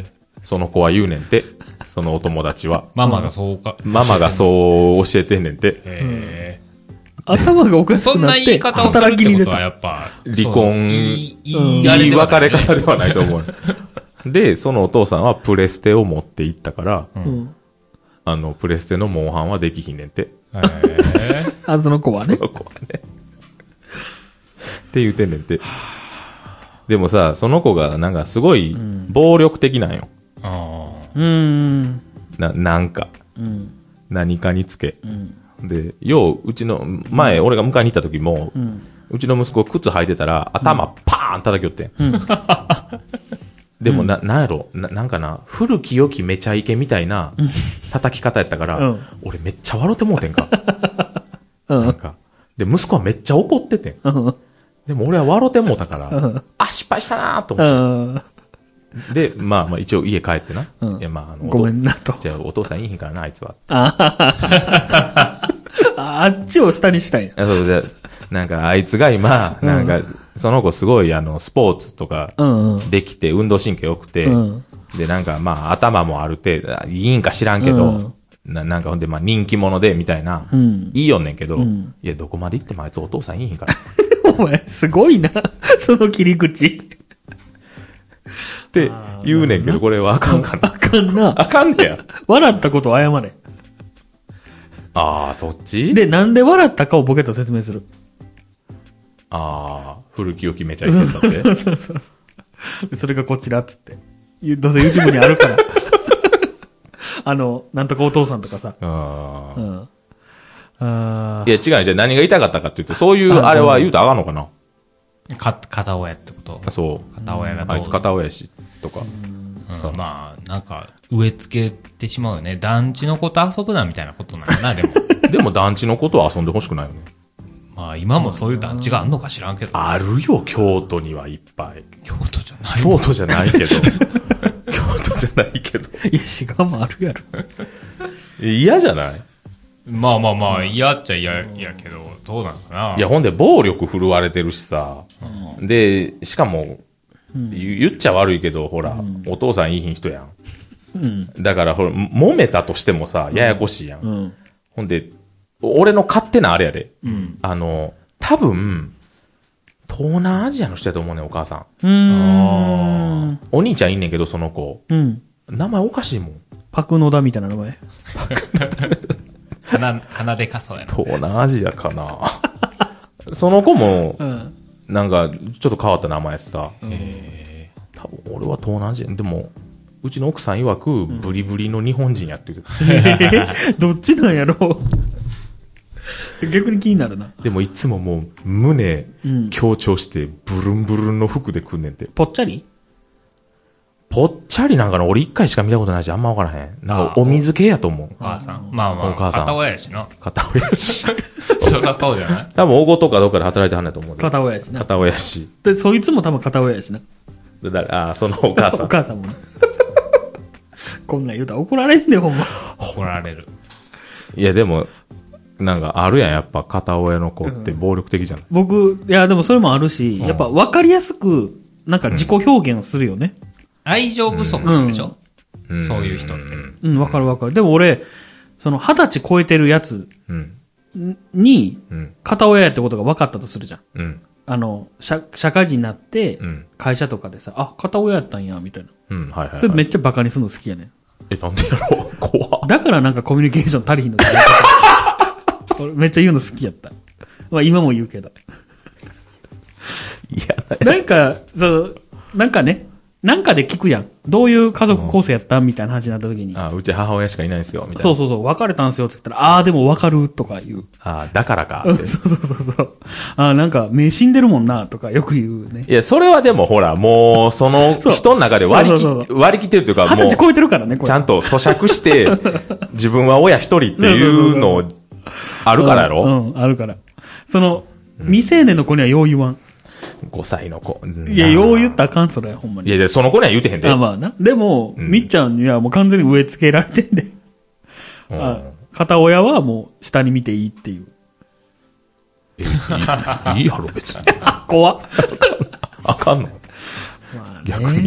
その子は言うねんて、そのお友達は。 ママがそう教えてんねんて。 頭がおかしくなって、 そんな言い方をするってことはやっぱ、 離婚、いい別れ方ではないと思う。で、そのお父さんはプレステを持って行ったから、プレステのモンハンはできひんねんて。 その子はね。 その子はね。って言うてんねんて。でもさ、その子がなんかすごい暴力的なんよ。なんか、何かにつけ。で、うちの、前、俺が迎えに行った時も、うちの息子靴履いてたら、頭パーン叩きよってん。でもなんやろ、なんかな、古き良きめちゃイケみたいな叩き方やったから、俺めっちゃ笑ってもうてんか。なんか。で、息子はめっちゃ怒っててん。でも俺は笑ってもうたから、失敗したなと思って。で、まあ一応家帰ってな。いやごめんなと。 じゃあお父さんいい日からな、あいつは。 あっちを下にしたい。 そうで、なんかあいつが今、なんか、その子すごいスポーツとかできて、運動神経良くて、で、なんか頭もある程度、いいんか知らんけど、なんかほんで人気者でみたいな、いいよんねんけど、いや、どこまで行ってもあいつお父さんいいんから。 お前、すごいな、その切り口。 って言うねんけど、これはあかんかな。 あかんな。 あかんねや。 笑ったことを謝れ。 そっちで、なんで笑ったかをボケと説明する。 古き良きめちゃいけたって。 そうそれがこちらっつって。どうせ YouTube にあるから。なんとかお父さんとかさ。 いや、違うじゃあ何が言いたかったかって言って、そういうあれは言うとあかんのかな？ 片親ってこと？ そう。 片親があいつ片親やし、とか。 まあ、なんか、植え付けてしまうよね。団地の子と遊ぶなみたいなことなんやな、でも。 でも団地の子とは遊んでほしくないよね。 まあ、今もそういう団地があんのか知らんけど。 あるよ、京都にはいっぱい。 京都じゃない京都じゃないけど。京都じゃないけど。 いや、滋賀もあるやろ。 嫌じゃない？ まあまあまあ、嫌っちゃ嫌やけど、どうなんかな。 いや、ほんで暴力振るわれてるしさ。で、しかも、言っちゃ悪いけど、ほら、お父さんいいひん人やん。だから、ほら、揉めたとしてもさ、ややこしいやん。ほんで、俺の勝手なあれやで。多分、東南アジアの人やと思うねん、お母さん。お兄ちゃんいんねんけど、その子。名前おかしいもん。 パクノダみたいな名前。 鼻でかそうやな。 東南アジアかな。その子も、なんか、ちょっと変わった名前さ。多分、俺は東南アジア。でも、うちの奥さん曰く、ブリブリの日本人やって言ってた。 どっちなんやろ逆に気になるな。 でもいつももう胸強調してブルンブルンの服で来んねんて。 ぽっちゃりぽっちゃりなんかな俺一回しか見たことないしあんまわからへん。なんかお水系やと思う。 お母さん。まあまあ、 お母さん片親やしな。 片親やし。 そりゃそうじゃない多分大ごとかどっかで働いてはんねんと思う。 片親やしな。 片親やし。 で、そいつも多分片親やしな。 そのお母さん。 お母さんもね。こんなん言うたら怒られんねん、ほんま。 怒られる。 いやでも、なんかあるやん、やっぱ片親の子って暴力的じゃない、 僕、いやでもそれもあるし、やっぱ分かりやすく、なんか自己表現をするよね。 愛情不足でしょ、そういう人って。 分かる分かる。でも俺、その20歳超えてるやつに、片親やってことが分かったとするじゃん。社会人になって、会社とかでさ、あ、片親やったんや、みたいな。それめっちゃバカにするの好きやねん。 なんでやろう怖っ。 だからなんかコミュニケーション足りひんのだ俺めっちゃ言うの好きやった。まあ今も言うけど。 いや、 なんか、なんかね、なんかで聞くやん。どういう家族構成やったみたいな話になった時に。 うち母親しかいないんですよ、みたいな。 そうそうそう、別れたんすよって言ったら、でも分かるとか言う。 だからか。 そうそう。なんか、目死んでるもんな、とかよく言うね。 いや、それはでもほら、もう、その人の中で割り切ってるというか、もう、 20歳超えてるからね、これ。 ちゃんと咀嚼して、自分は親一人っていうのあるからやろあるから。未成年の子にはよう言わん。 5歳の子。 いや、よう言ったらあかん、それ、ほんまに。 いや、その子には言うてへんで。 まあな。でも、みっちゃんにはもう完全に植え付けられてんで。片親はもう下に見ていいっていう。 いいやろ、別に。 怖っ。 あかんの逆に。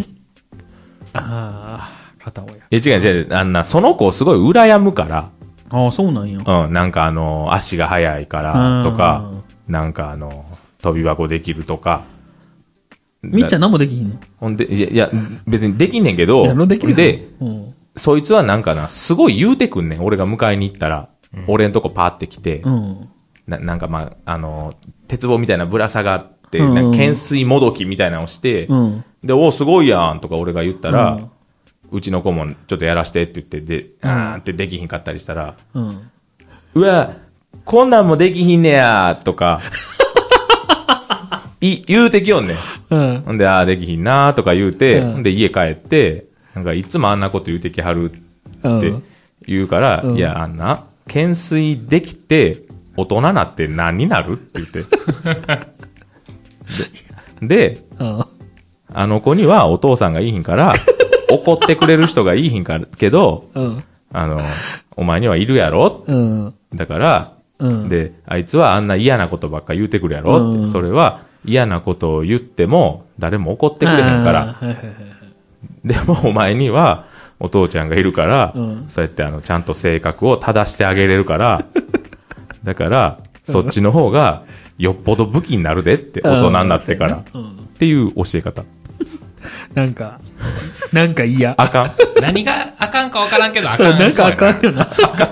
片親。 違う。その子をすごい羨むから。 そうなんや。 なんか足が速いからとか、なんか飛び箱できるとか。 みっちゃん何もできひんのほんで、いや、別にできんねんけど、で、そいつはなんかな、すごい言うてくんねん。俺が迎えに行ったら、俺んとこパーって来て、なんかまあ、鉄棒みたいなぶら下がって、懸垂もどきみたいなのをして、で、すごいやんとか俺が言ったら、うちの子もちょっとやらしてって言って、ってできひんかったりしたら、うわ、こんなんもできひんねやとか、言うてきよんねん。ほんで、できひんなとか言うて、ほんで家帰って、なんかいつもあんなこと言うてきはるって言うから、いや、懸垂できて、大人なって何になるって言って。で、あの子にはお父さんがいいひんから、怒ってくれる人がいいひんからけど、お前にはいるやろ、だから、で、あいつはあんな嫌なことばっか言うてくるやろって、それは嫌なことを言っても誰も怒ってくれへんから、でもお前にはお父ちゃんがいるから、そうやってちゃんと性格を正してあげれるから、だから、そっちの方がよっぽど武器になるでって、大人になってから。っていう教え方。 なんか嫌。 あかん。 何があかんかわからんけど、あかん。 なんかあかんよな。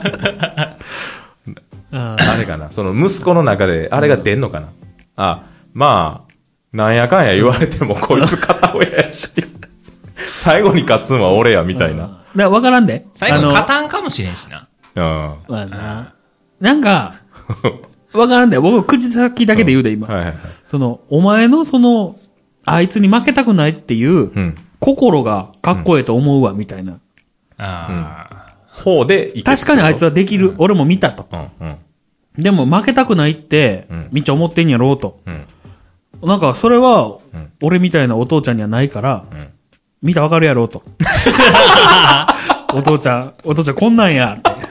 あれかな。その息子の中で、あれが出んのかな。まあ、なんやかんや言われても、こいつ片親やし、最後に勝つんは俺や、みたいな。 わからんで。 最後に勝たんかもしれんしな。 まあな。なんか、わからんで。僕、口先だけで言うで、今。お前のあいつに負けたくないっていう、心がかっこええと思うわ、みたいな。方で確かにあいつはできる。俺も見たと。でも負けたくないって、みっちゃ思ってんやろうと。なんか、それは、俺みたいなお父ちゃんにはないから、見たらわかるやろうと。お父ちゃんこんなんやって。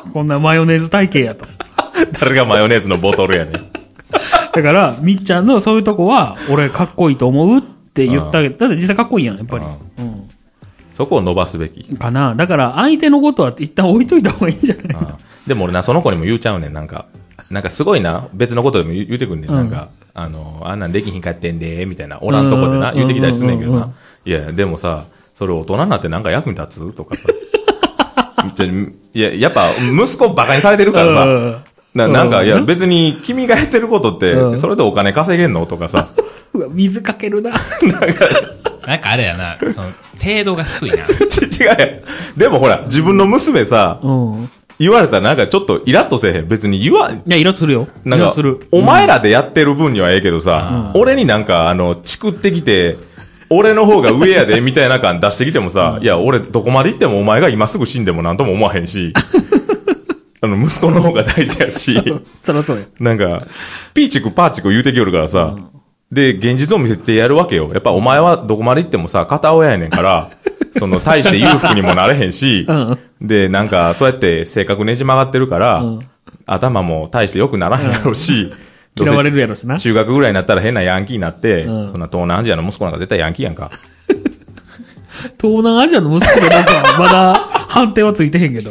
こんなマヨネーズ体型やと。 誰がマヨネーズのボトルやねん。 だから、みっちゃんのそういうとこは、俺かっこいいと思うって言ったけど、だって実際かっこいいやん、やっぱり。うん。 そこを伸ばすべき。 かな。だから、相手のことは一旦置いといた方がいいんじゃない？ でも俺な、その子にも言うちゃうねん、なんかすごいな、別のことでも言うてくんねん、なんか、あんなんできひんかってんで、みたいな、おらんとこでな、言うてきたりすんねんけどな。いや、でもさ、それ大人になってなんか役に立つとかさ。いや、やっぱ、息子バカにされてるからさ、なんか、いや、別に君がやってることって、それでお金稼げんのとかさ。 うわ、水かけるな。 なんかあれやな、その、程度が低いな。 違うやん。でもほら、自分の娘さ、言われたらなんかちょっとイラッとせえへん。別にいや、 イラッとするよ。 なんか、お前らでやってる分にはええけどさ、俺になんか、チクってきて、俺の方が上やで、みたいな感出してきてもさ、いや、俺どこまで行ってもお前が今すぐ死んでもなんとも思わへんし、息子の方が大事やし、 そらそうや。 なんか、ピーチクパーチク言うてきよるからさ、で、現実を見せてやるわけよ。やっぱお前はどこまで行ってもさ、片親やねんから、大して裕福にもなれへんし、で、なんか、そうやって性格ねじ曲がってるから、頭も大して良くならへんやろうし、 嫌われるやろしな。 中学ぐらいになったら変なヤンキーになって、そんな東南アジアの息子なんか絶対ヤンキーやんか。 東南アジアの息子でなんか、まだ判定はついてへんけど。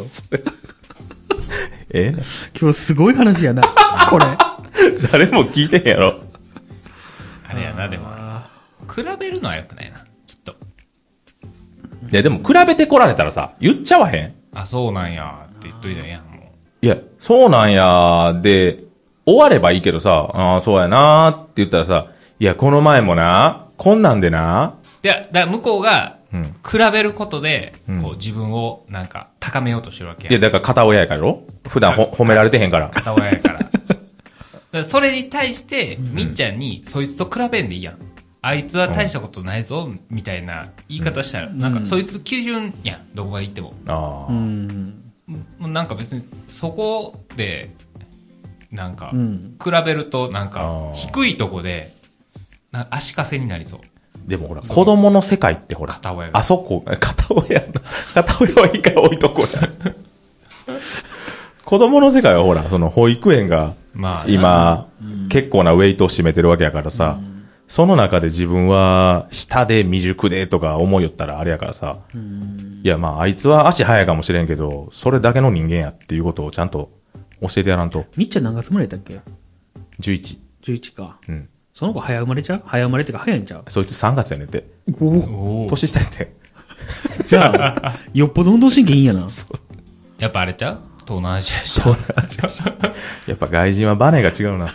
今日すごい話やな、これ。 誰も聞いてへんやろ。 あれやな、でも。比べるのは良くないな、きっと。 いや、でも比べてこられたらさ、言っちゃわへん？ あ、そうなんや、って言っといたらええやん、もう。 いや、そうなんや、で、終わればいいけどさ、ああ、そうやなって言ったらさ、いや、この前もな、こんなんでな。 いや、だから向こうが、比べることで、こう自分をなんか高めようとしてるわけや。 いや、だから片親やからろ？普段褒められてへんから。 片親やから。だからそれに対して、みっちゃんにそいつと比べんでいいやん。あいつは大したことないぞ、みたいな言い方したら、なんかそいつ基準やん、どこまで行っても。 ああ。なんか別にそこで、なんか、比べるとなんか、低いとこで、足かせになりそう。 でもほら、子供の世界ってほら、 片親が。 あそこ、片親はいいから置いとこうや。子供の世界はほら、保育園が、今、結構なウェイトを占めてるわけやからさ、その中で自分は、下で未熟でとか思いよったらあれやからさ、いやまあ、あいつは足早いかもしれんけど、それだけの人間やっていうことをちゃんと教えてやらんと。 みっちゃん何月生まれたっけ？ 11。 11か。 うん。 その子早生まれちゃう？早生まれってか早いんちゃう？ そいつ3月やねんって。年下やって。 じゃあ、よっぽど運動神経いいんやな。 やっぱあれちゃう？東南アジアし東南アジアやっぱ外人はバネが違うな。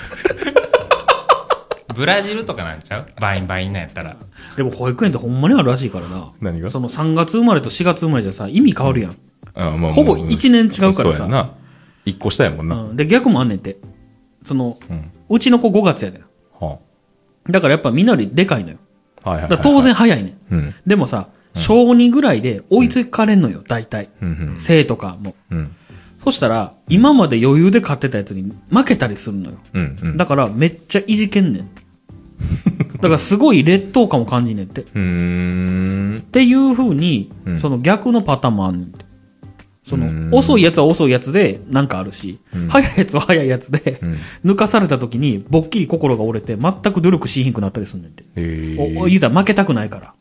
ブラジルとかなんちゃう？バインなんやったら。 でも保育園ってほんまにあるらしいからな。 何が？ その3月生まれと4月生まれじゃさ、意味変わるやん。ほぼ1年違うからさ。 そうやな。1個下やもんな。 で、逆もあんねんて。うちの子5月やねん。だからやっぱみんなよりでかいのよ。だ当然早いねん。でもさ、小2ぐらいで追いつかれんのよ、大体。生とかも。そしたら、今まで余裕で勝ってたやつに負けたりするのよ。だからめっちゃいじけんねん。だからすごい劣等感を感じんねんって。っていう風に、その逆のパターンもあんねんて。遅いやつは遅いやつでなんかあるし、早いやつは早いやつで、抜かされた時にぼっきり心が折れて全く努力しひんくなったりすんねんて。言うたら負けたくないから。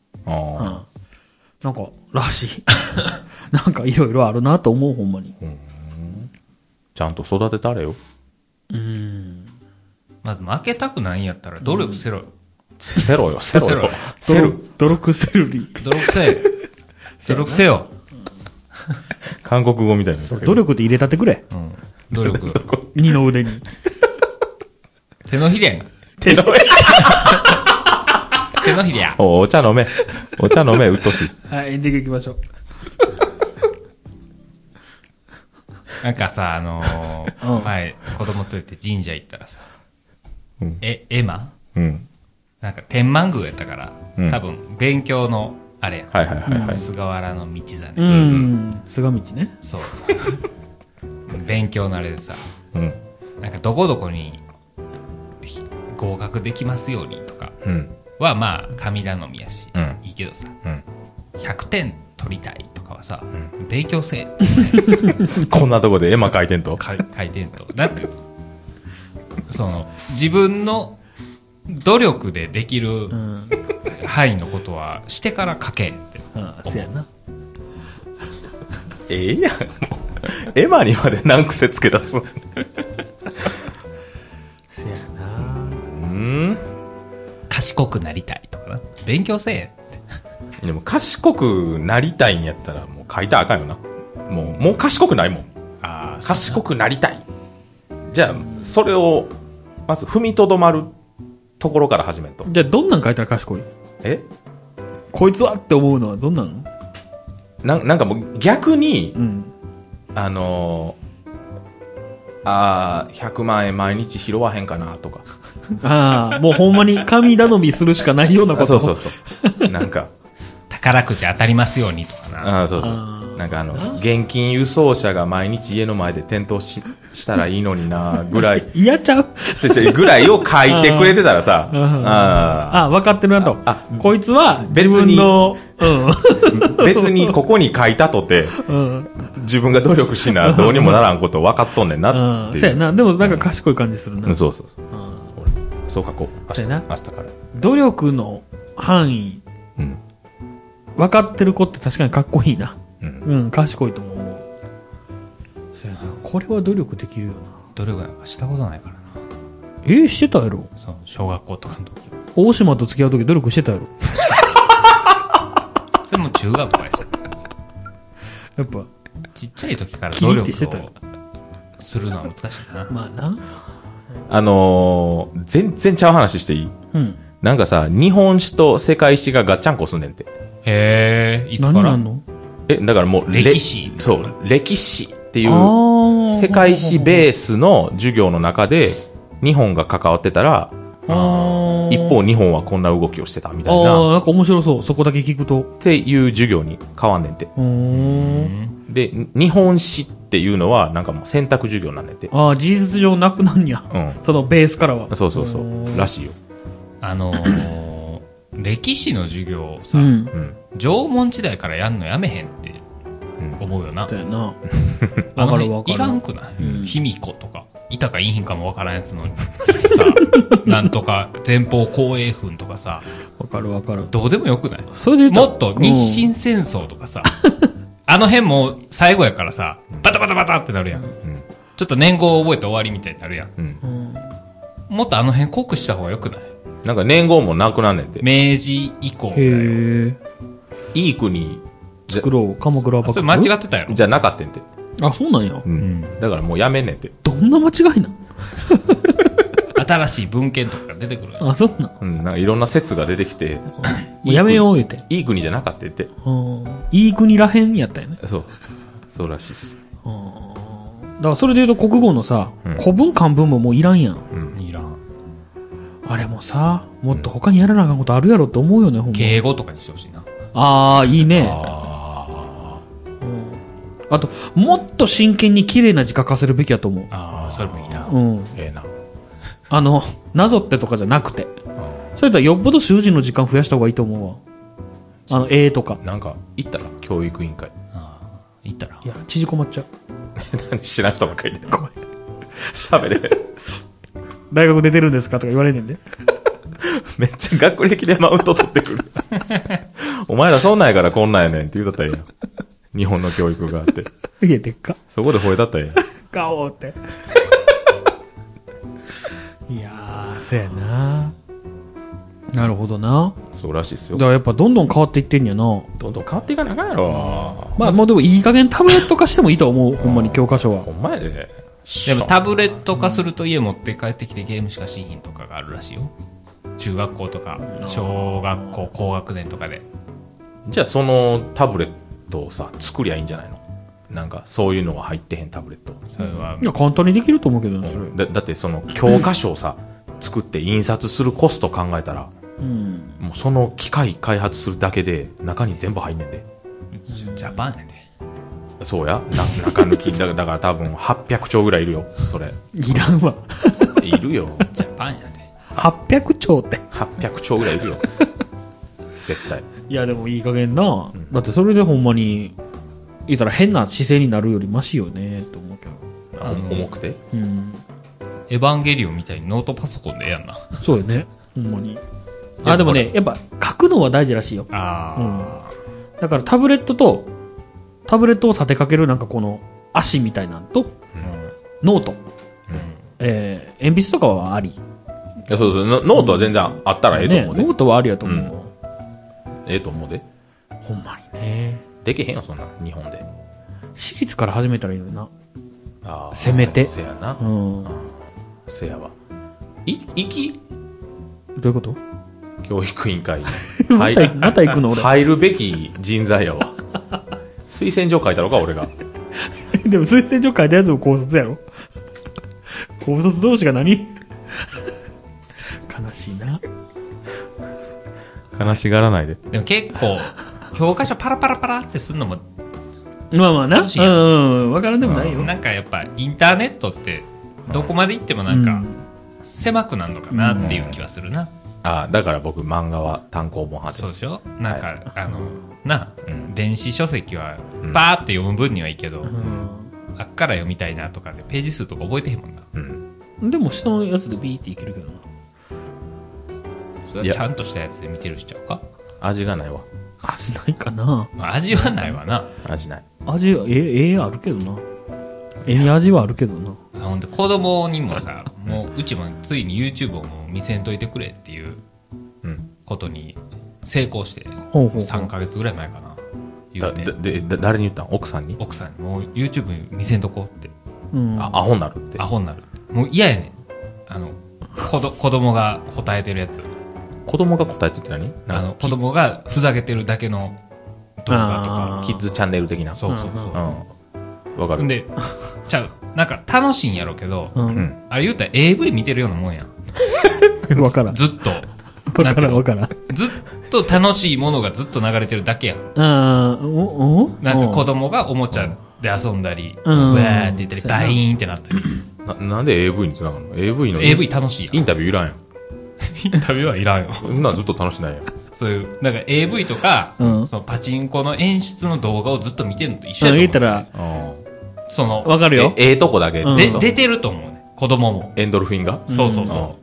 なんか、らしい。なんかいろいろあるなと思う、ほんまに。 ちゃんと育てたれよ。 まず負けたくないんやったら努力せろよ。 せろよ。 努力せるり。 努力せよ。 韓国語みたいな。 努力って入れたってくれ。 努力。 二の腕に。 手のひらやん。 手のひら。 お茶飲め、うっとしい。 はい、エンディング行きましょう。 なんかさ、前、子供と言って神社行ったらさ、絵馬なんか天満宮やったから、多分、勉強の、あれや。菅原道真。 菅道ね。 そう。勉強のあれでさ、なんかどこどこに合格できますようにとかは、まあ、神頼みやし、いいけどさ、100点取りたいとかはさ、勉強せえ。 こんなとこで絵馬描いてんと。 書いてんと。だって、自分の努力でできる範囲のことはしてから書けって。 そうやな。 ええやん。もう絵馬にまで何癖つけ出す。 そうやな。 賢くなりたいとかな。勉強せえって。 でも賢くなりたいんやったらもう書いたらあかんよな。もう賢くないもん。賢くなりたい。じゃあ、それを、まず踏みとどまるところから始めんと。 じゃあ、どんなん書いたら賢い？こいつはって思うのはどんなの？ なんかもう逆に、100万円毎日拾わへんかなとか。 もうほんまに神頼みするしかないようなこと。 そう。なんか。 宝くじ当たりますようにとかな。 そう。なんか現金輸送車が毎日家の前で転倒したらいいのになぐらい。 嫌ちゃうぐらいを書いてくれてたらさ。 分かってるなと。こいつは自分の、 別にここに書いたとて、自分が努力しなどうにもならんこと分かっとんねんなっていう。 そうやな。でもなんか賢い感じするな。 そう。そう書こう。 そうやな。 明日から。 努力の範囲、分かってる子って確かにかっこいいな。賢いと思う。そうやな。これは努力できるよな。 努力なんかしたことないからな。 してたやろ。 小学校とかの時。 大島と付き合う時努力してたやろ。 それも中学校やし。 やっぱ、 ちっちゃい時から努力をしてするのは難しいな。 まあな。 全然ちゃう話していい？なんかさ、日本史と世界史がガッチャンコすんねんて。 いつから？ 何なんの？ だからもう、 歴史。 そう、歴史っていう、世界史ベースの授業の中で、日本が関わってたら、一方日本はこんな動きをしてたみたいな。 なんか面白そう。そこだけ聞くと。 っていう授業に変わんねんて。で、日本史っていうのは、なんかもう選択授業なんねんて。 事実上なくなんや。そのベースからは。 そう。らしいよ。 歴史の授業をさ、縄文時代からやんのやめへんって思うよな。 そうやな。 わかる。いらんくない？卑弥呼とか。いたかいいひんかもわからんやつのに。さ、なんとか前方後衛軍とかさ。 わかる。 どうでもよくない？ それでもっと日清戦争とかさ。あの辺も最後やからさ、バタバタってなるやん。ちょっと年号覚えて終わりみたいになるやん。もっとあの辺濃くした方がよくない？ なんか年号もなくなんねんて。 明治以降だよ。 いい国作ろう、鎌倉幕府。 それ間違ってたやろ。 じゃなかったんて。 そうなんや。 だからもうやめんねんて。 どんな間違いなん？ 新しい文献とかが出てくる。 そうなん。 なんかいろんな説が出てきて。 もうやめよう言うて。 いい国じゃなかったって。 いい国らへんやったよね。 そうらしいっす。 だからそれで言うと国語のさ、古文漢文ももういらんやん。 いらん。 あれもさ、もっと他にやらなあかんことあるやろって思うよね、ほんま。 敬語とかにしてほしいな。 いいね。あと、もっと真剣に綺麗な字書かせるべきやと思う。 それもいいな。 ええな。 なぞってとかじゃなくて。それとはよっぽど習字の時間増やした方がいいと思うわ。とか。 なんか、行ったら教育委員会。 行ったら。 いや、縮こまっちゃう。 何知らん人ばっかりで。喋れ。 大学出てるんですかとか言われんねんで。 めっちゃ学歴でマウント取ってくる。お前らそんなんやからこんなんやねんって言うたったらええやん。日本の教育があって。 言えてっか。 そこで吠えたったらええやん。 顔って。いやそうやな。なるほどな。 そうらしいっすよ。 だからやっぱどんどん変わっていってんやな。 どんどん変わっていかなあかんやろ。 もうでもいい加減タブレット化してもいいと思う。ほんまに教科書は。 ほんまやで。 でもタブレット化すると家持って帰ってきてゲームしかしひんとかがあるらしいよ。中学校とか小学校高学年とかで。 じゃあそのタブレットをさ作りゃいいんじゃないの？なんかそういうのが入ってへんタブレット。 それは。 いや簡単にできると思うけどね。 だってその教科書をさ作って印刷するコスト考えたら、もうその機械開発するだけで中に全部入んねんで。 ジャパンやで。 そうや。中抜きだから多分800兆ぐらいいるよ。それ。 いらんわ。 いるよ。 ジャパンやで。 800兆って。 800兆ぐらいいるよ。絶対。 いやでもいい加減な。だってそれでほんまに言ったら変な姿勢になるよりマシよね、と思うけど。 重くてうん。 エヴァンゲリオンみたいにノートパソコンでええやんな。 そうよね。ほんまに。でもね、やっぱ書くのは大事らしいよ。だからタブレットを立てかけるなんかこの足みたいなのと、ノート。鉛筆とかはあり。 そうノートは全然あったらええと思うで。 ノートはありやと思う。 ええと思うで。 ほんまにね。 できへんよ、そんな、日本で。 私立から始めたらいいのにな。 ああ。 せめて。 せやな。せやわ。どういうこと教育委員会に。 また行くの俺。 入るべき人材やわ。推薦状書いたのか、俺が。 でも推薦状書いたやつも高卒やろ高卒同士が何悲しいな。 悲しがらないで。 でも結構、教科書パラパラパラってすんのも、 まあまあな。 楽しいやんわからんでもないよ。 なんかやっぱインターネットってどこまで行ってもなんか狭くなるのかなっていう気はするな。 だから僕漫画は単行本派です。 そうでしょなんか、電子書籍はパーって読む分にはいいけど、あっから読みたいなとかでページ数とか覚えてへんもんな。 でも下のやつでビーっていけるけどな。 それはちゃんとしたやつで見てるしちゃうか。 味がないわ。 味ないかな。 まあ、味はないわな。 味ない。 味は、あるけどな。に味はあるけどな。 ほんで子供にもさ、もううちもついに YouTube をもう見せんといてくれっていうことに成功して、3ヶ月ぐらい前かな。言うて。 誰に言ったん？奥さんに？ 奥さんにもう YouTube 見せんとこって。 アホになるって。 アホになるって。もう嫌やねん。子供が答えてるやつ。 子供が答えてって何？ 子供がふざけてるだけの動画とか。 キッズチャンネル的な。 そうそうそう。 わかる。 で、なんか楽しいんやろうけど、あれ言うたら AV 見てるようなもんやん。 わからん。 ずっと。 わからん。 ずっと楽しいものがずっと流れてるだけやん。 なんか子供がおもちゃで遊んだり、うわーって言ったり、バイーンってなったり。 なんで AV に繋がるの？ AV 楽しいやん。 インタビューいらんやん。 インタビューはいらんよ。 そんなんずっと楽しないやん。 そういう、なんか AV とか、そのパチンコの演出の動画をずっと見てるのと一緒やと思う。 言ったら、わかるよ。 とこだけ。 出てると思うね。子供も。 エンドルフィンが？ そうそうそう。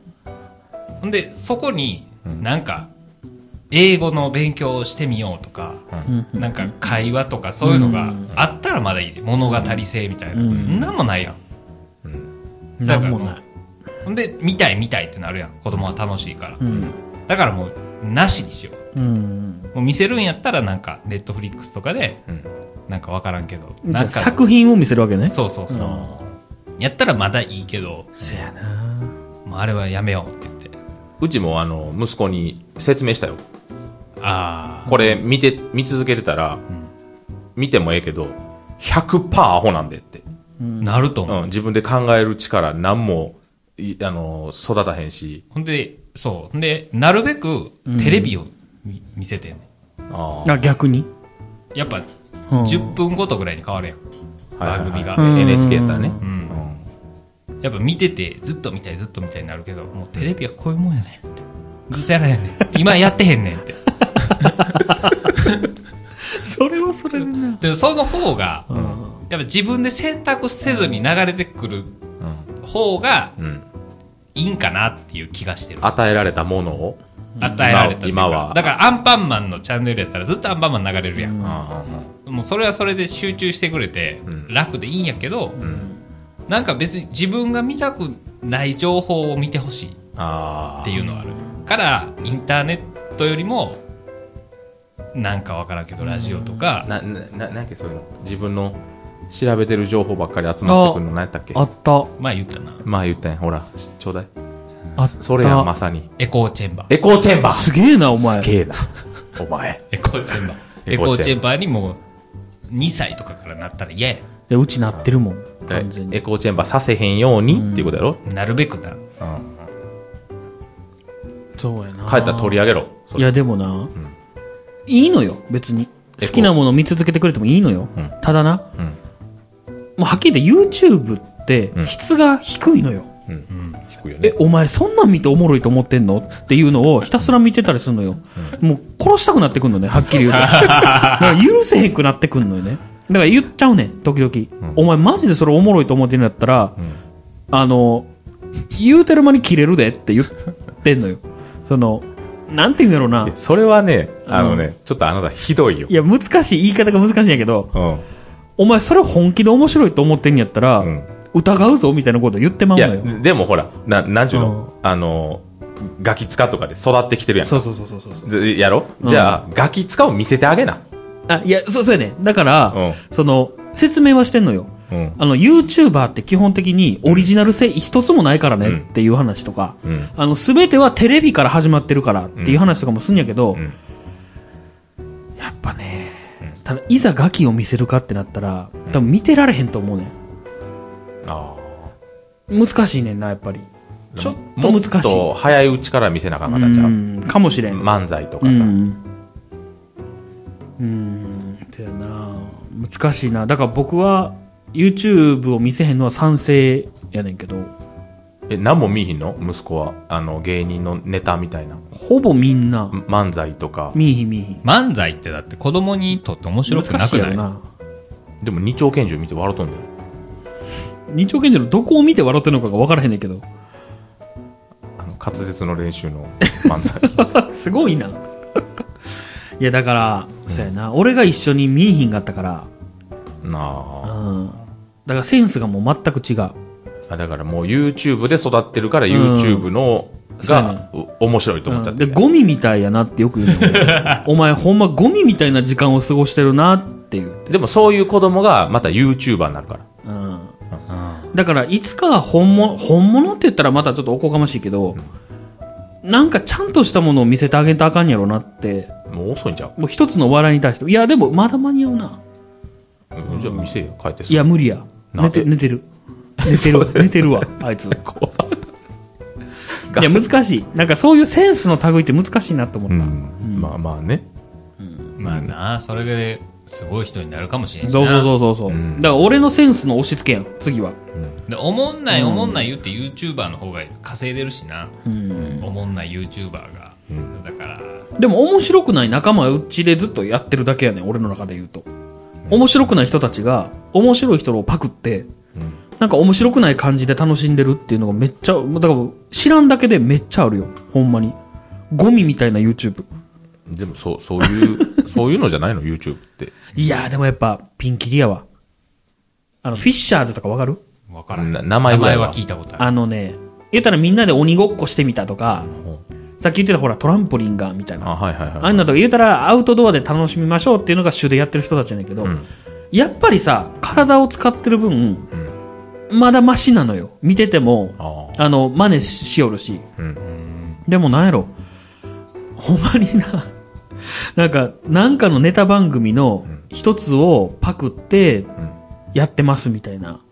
ほんで、そこに、なんか、英語の勉強をしてみようとか、なんか会話とかそういうのがあったらまだいい。物語性みたいな。なんもないやん。 なんもない。 ほんで、見たいってなるやん。子供は楽しいから。だからもう、なしにしよう。もう見せるんやったらなんか、ネットフリックスとかで、なんかわからんけど。なんか作品を見せるわけね。 そうそうそう。やったらまだいいけど。 せやな。 もうあれはやめようって言って。 うちも息子に説明したよ。 ああ。 これ見続けてたら、見てもええけど、100% アホなんでって。 なると思う。 自分で考える力何も、育たへんし。 ほんで、なるべくテレビを見せてんねん。逆にやっぱ、10分ごとぐらいに変わるやん。番組が。 NHK やったらね。 やっぱ見てて、ずっと見たいになるけど、もうテレビはこういうもんやねん。ずっとやらへんねん。今やってへんねんって。 それはそれでね。 で、その方が、やっぱ自分で選択せずに流れてくる方が、いいんかなっていう気がしてる。 与えられたものを与えられた。 今は。 だからアンパンマンのチャンネルやったらずっとアンパンマン流れるやん。もうそれはそれで集中してくれて、楽でいいんやけど、なんか別に自分が見たくない情報を見てほしいっていうのがある。から、インターネットよりも、なんかわからんけど、ラジオとか。 なんかそういうの。自分の調べてる情報ばっかり集まってくるの何やったっけ？ あった。 前言ったな。 前言ったんや。ほら、ちょうだい。 それやまさに。 エコーチェンバー。 エコーチェンバー。 すげえな、お前。 すげえな。お前。 エコーチェンバー。エコーチェンバーにもう、2歳とかからなったら嫌や。 で、うちなってるもん。完全に。 エコーチェンバーさせへんようにっていうことやろ？ なるべくな。 そうやな。 帰ったら取り上げろ。 いや、でもな、いいのよ、別に。好きなものを見続けてくれてもいいのよ。ただな、もうはっきり言って YouTube って質が低いのよ。 低いよね。 お前そんなん見ておもろいと思ってんのっていうのをひたすら見てたりするのよ。もう殺したくなってくんのね、はっきり言うと。だから許せへんくなってくんのよね。 だから言っちゃうねん、時々。お前マジでそれおもろいと思ってんのやったら、言うてる間に切れるでって言ってんのよ。なんて言うんやろうな。 それはね、ちょっとあなたひどいよ。 いや、難しい、言い方が難しいんやけど、お前それ本気で面白いと思ってんやったら、疑うぞみたいなこと言ってまうのよ。 いや、でもほら、なんちゅうの、ガキ使とかで育ってきてるやん。 そう。 やろ、じゃあ、ガキ使を見せてあげな。 いや、そうやね。だから、説明はしてんのよ。YouTuber って基本的にオリジナル性一つもないからねっていう話とか、すべてはテレビから始まってるからっていう話とかもすんやけど、やっぱね、ただいざガキを見せるかってなったら、多分見てられへんと思うねん。難しいねんな、やっぱり。ちょっと難しい。もっと早いうちから見せなあかんかったんちゃう？ かもしれん。 漫才とかさ。 そうやな。難しいな。だから僕は YouTube を見せへんのは賛成やねんけど。 何も見えひんの？息子は。芸人のネタみたいな。 ほぼみんな。 漫才とか。 見えひん。 漫才ってだって子供にとって面白くなくない？な。 でも二丁拳銃見て笑うとんだよ。 二丁拳銃のどこを見て笑ってるのかが分からへんねんけど。 滑舌の練習の漫才。 すごいな。いや、だから、そうやな。俺が一緒に見えひんかったから。だからセンスがもう全く違う。 だからもう YouTube で育ってるから YouTube のが面白いと思っちゃって、 で、ゴミみたいやなってよく言うの。お前ほんまゴミみたいな時間を過ごしてるなっていう。 でもそういう子供がまた YouTuber になるから。 だからいつかは本物って言ったらまたちょっとおこがましいけど、なんかちゃんとしたものを見せてあげたらあかんやろなって。 もう遅いんちゃう？ もう一つの笑いに対して。いや、でもまだ間に合うな。 じゃあ見せよ、帰ってさ。 いや、無理や。寝てるわ、あいつ。いや、難しい。なんかそういうセンスの類って難しいなと思った。 まあまあね。 まあな、それですごい人になるかもしれんしな。 そう。 だから俺のセンスの押し付けやん、次は。 でおもんない言って YouTuber の方が稼いでるしな。おもんない YouTuber が。だから。 でも面白くない仲間はうちでずっとやってるだけやねん、俺の中で言うと。面白くない人たちが、面白い人をパクって、なんか面白くない感じで楽しんでるっていうのがめっちゃ、だから知らんだけでめっちゃあるよ、ほんまに。ゴミみたいな YouTube。 でもそういうのじゃないの YouTube って。 いやーでもやっぱピンキリやわ。フィッシャーズとかわかる？ わからん。 名前は聞いたことある。 言ったらみんなで鬼ごっこしてみたとか、さっき言ってたほらトランポリンがみたいな。ああいうのとか言ったらアウトドアで楽しみましょうっていうのが主でやってる人たちやねんけど、やっぱりさ、体を使ってる分、まだマシなのよ。見てても、真似しよるし。でもなんやろ、ほんまになんかのネタ番組の一つをパクってやってますみたいな。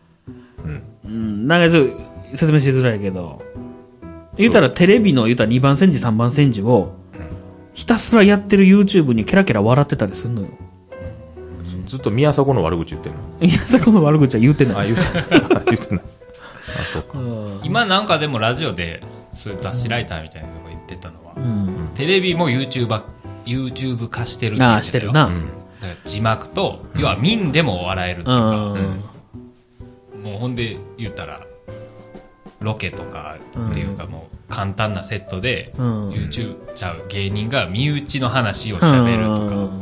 なんかちょっと説明しづらいけど、言ったらテレビの2番煎じ3番煎じをひたすらやってる YouTube にケラケラ笑ってたりするのよ。 ずっと宮迫の悪口言ってんの？ 宮迫の悪口は言うてない。 言うてない。そうか。 今なんかでもラジオでそういう雑誌ライターみたいなのが言ってたのは、テレビも YouTube 化してるって言ってたよ。 してるな。 だから字幕と、要は民でも笑えるっていうか、もうほんで言ったらロケとかっていうかもう簡単なセットで YouTube ちゃう芸人が身内の話を喋るとか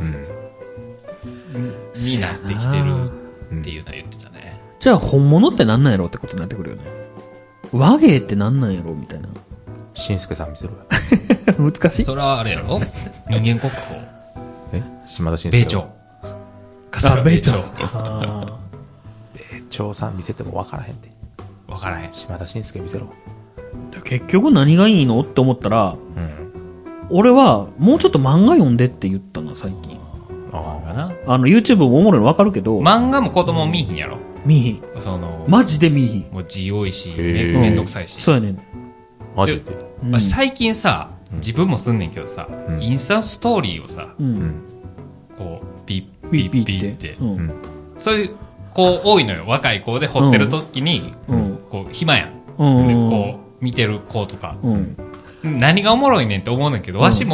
になってきてるっていうのは言ってたね。 じゃあ本物ってなんなんやろってことになってくるよね。和芸ってなんなんやろみたいな。 しんすけさん見せろよ。 難しい。 それはあれやろ？人間国宝。 島田紳介。 米朝。 米朝。 米朝さん見せても分からへんで。 分からへん。 島田紳介見せろ。 結局何がいいのって思ったら、俺はもうちょっと漫画読んでって言ったな、最近。YouTube もおもろいの分かるけど。 漫画も子供見いひんやろ？ 見いひん。マジで見いひん。 もう字多いし、めんどくさいし。 そうやねん。 マジで。 最近さ、自分もすんねんけどさ、インスタストーリーをさ、こう、ピッピッピッって、そういう子多いのよ。若い子で掘ってる時に、こう、暇やん。こう、見てる子とか。何がおもろいねんって思うねんけど、わしも、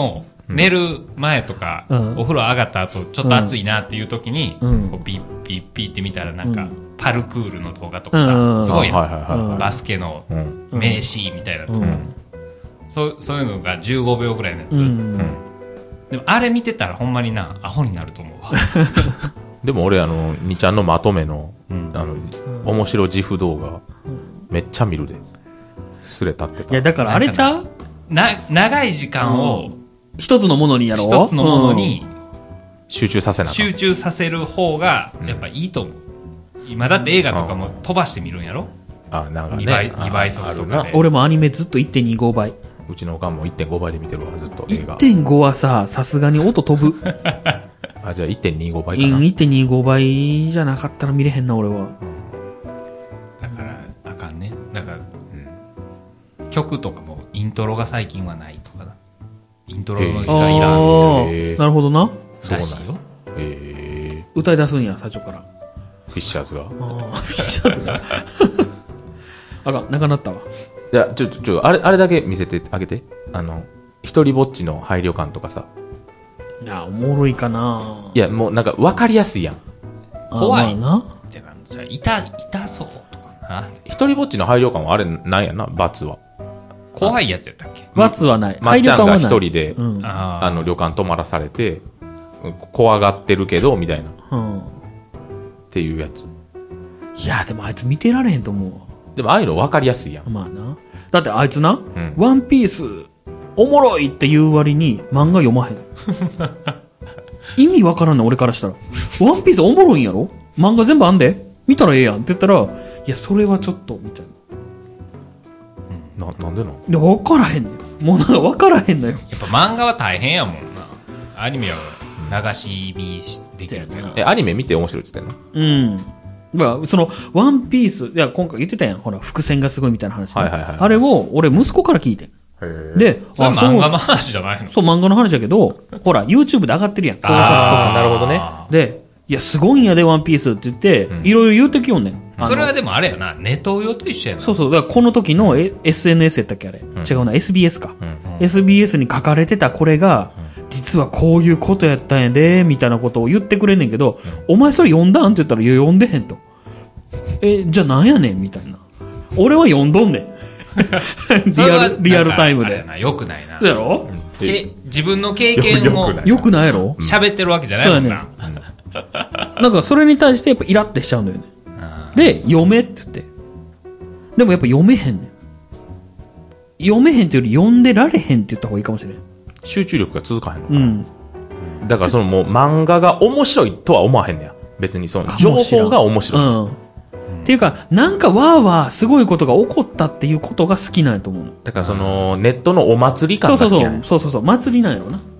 寝る前とか、お風呂上がった後、ちょっと暑いなっていう時に、こうピッピッピッって見たらなんか、パルクールの動画とかさ、すごいやん。バスケの名シーンみたいなとか。そういうのが15秒ぐらいのやつ。でもあれ見てたらほんまにな、アホになると思うわ。 でも俺2ちゃんのまとめの、面白自負動画、めっちゃ見るで。すれ立ってた。 いや、だからあれちゃう長い時間を、 一つのものにやろう。 一つのものに、 集中させな。 集中させる方が、やっぱいいと思う。今だって映画とかも飛ばしてみるんやろ？ なんかね。 2倍速とかで。 俺もアニメずっと 1.25 倍。 うちのおかんも 1.5 倍で見てるわ、ずっと映画。 1.5 はさすがに音飛ぶ。 じゃあ 1.25 倍かな。 1.25 倍じゃなかったら見れへんな、俺は。 だから、あかんね。だから、曲とかもイントロが最近はないとかな。イントロの時間いらん。 なるほどな。 らしいよ。 歌い出すんや、最初から。 フィッシャーズが。 フィッシャーズが。あかん、なくなったわ。 いや、あれだけ見せてあげて。一人ぼっちの配慮感とかさ。 いや、おもろいかな。 いや、もうなんか分かりやすいやん。 怖いな。 ってか、痛そうとかな。 一人ぼっちの配慮感はあれなんやな、罰は。 怖いやつやったっけ？ 罰はない。 まっちゃんが一人で、 うん、 旅館泊まらされて、怖がってるけど、みたいな。っていうやつ。 いや、でもあいつ見てられへんと思う。 でもああいうの分かりやすいやん。 まあな。だってあいつな、ワンピース、おもろいって言う割に漫画読まへん。意味わからんね、俺からしたら。ワンピースおもろいんやろ？漫画全部あんで見たらええやんって言ったら、いや、それはちょっと、みたいな。なんでなん？ いや、わからへんねん。もうなんかわからへんのよ。 やっぱ漫画は大変やもんな。アニメは流し見できるけど。 アニメ見て面白いって言ってんの？まあ、その、ワンピース、いや、今回言ってたやん。ほら、伏線がすごいみたいな話、あれを、俺、息子から聞いてん。で、 それ漫画の話じゃないの？ そう、漫画の話だけど、ほら、YouTube で上がってるやん。考察とか。 なるほどね。 で、いや、すごいんやで、ワンピースって言って、いろいろ言うてきよんねん。 それはでもあれやな、ネトウヨと一緒やな。 そうそう。だからこの時の、SNS やったっけあれ。違うな、SBS か。SBS に書かれてたこれが、実はこういうことやったんやで、みたいなことを言ってくれんねんけど、お前それ読んだんって言ったら、いや、読んでへんと。じゃあなんやねんみたいな。俺は読んどんねん。リアルタイムで。 よくないな。 やろ？ 自分の経験を。 よくないやろ？ 喋ってるわけじゃないもんな。 なんかそれに対してやっぱイラってしちゃうんだよね。で、読めって言って。でもやっぱ読めへんねん。読めへんってより読んでられへんって言った方がいいかもしれん。 集中力が続かへんのかな。だからそのもう漫画が面白いとは思わへんねや。別にその情報が面白い。っていうか、なんかわーわーすごいことが起こったっていうことが好きなんやと思う。だからそのネットのお祭り感が好きなんや。 そう、祭りなんやろな。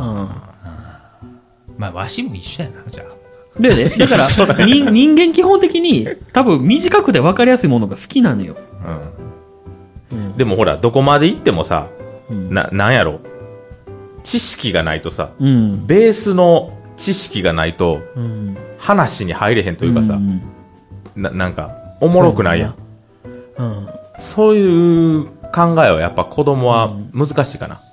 まあ、わしも一緒やな、じゃあ。 で、だから人間基本的に多分短くて分かりやすいものが好きなのよ。 でもほら、どこまで行ってもさ、なんやろ。知識がないとさ、ベースの知識がないと、話に入れへんというかさ、なんか、おもろくないやん。そういう考えはやっぱ子供は難しいかな。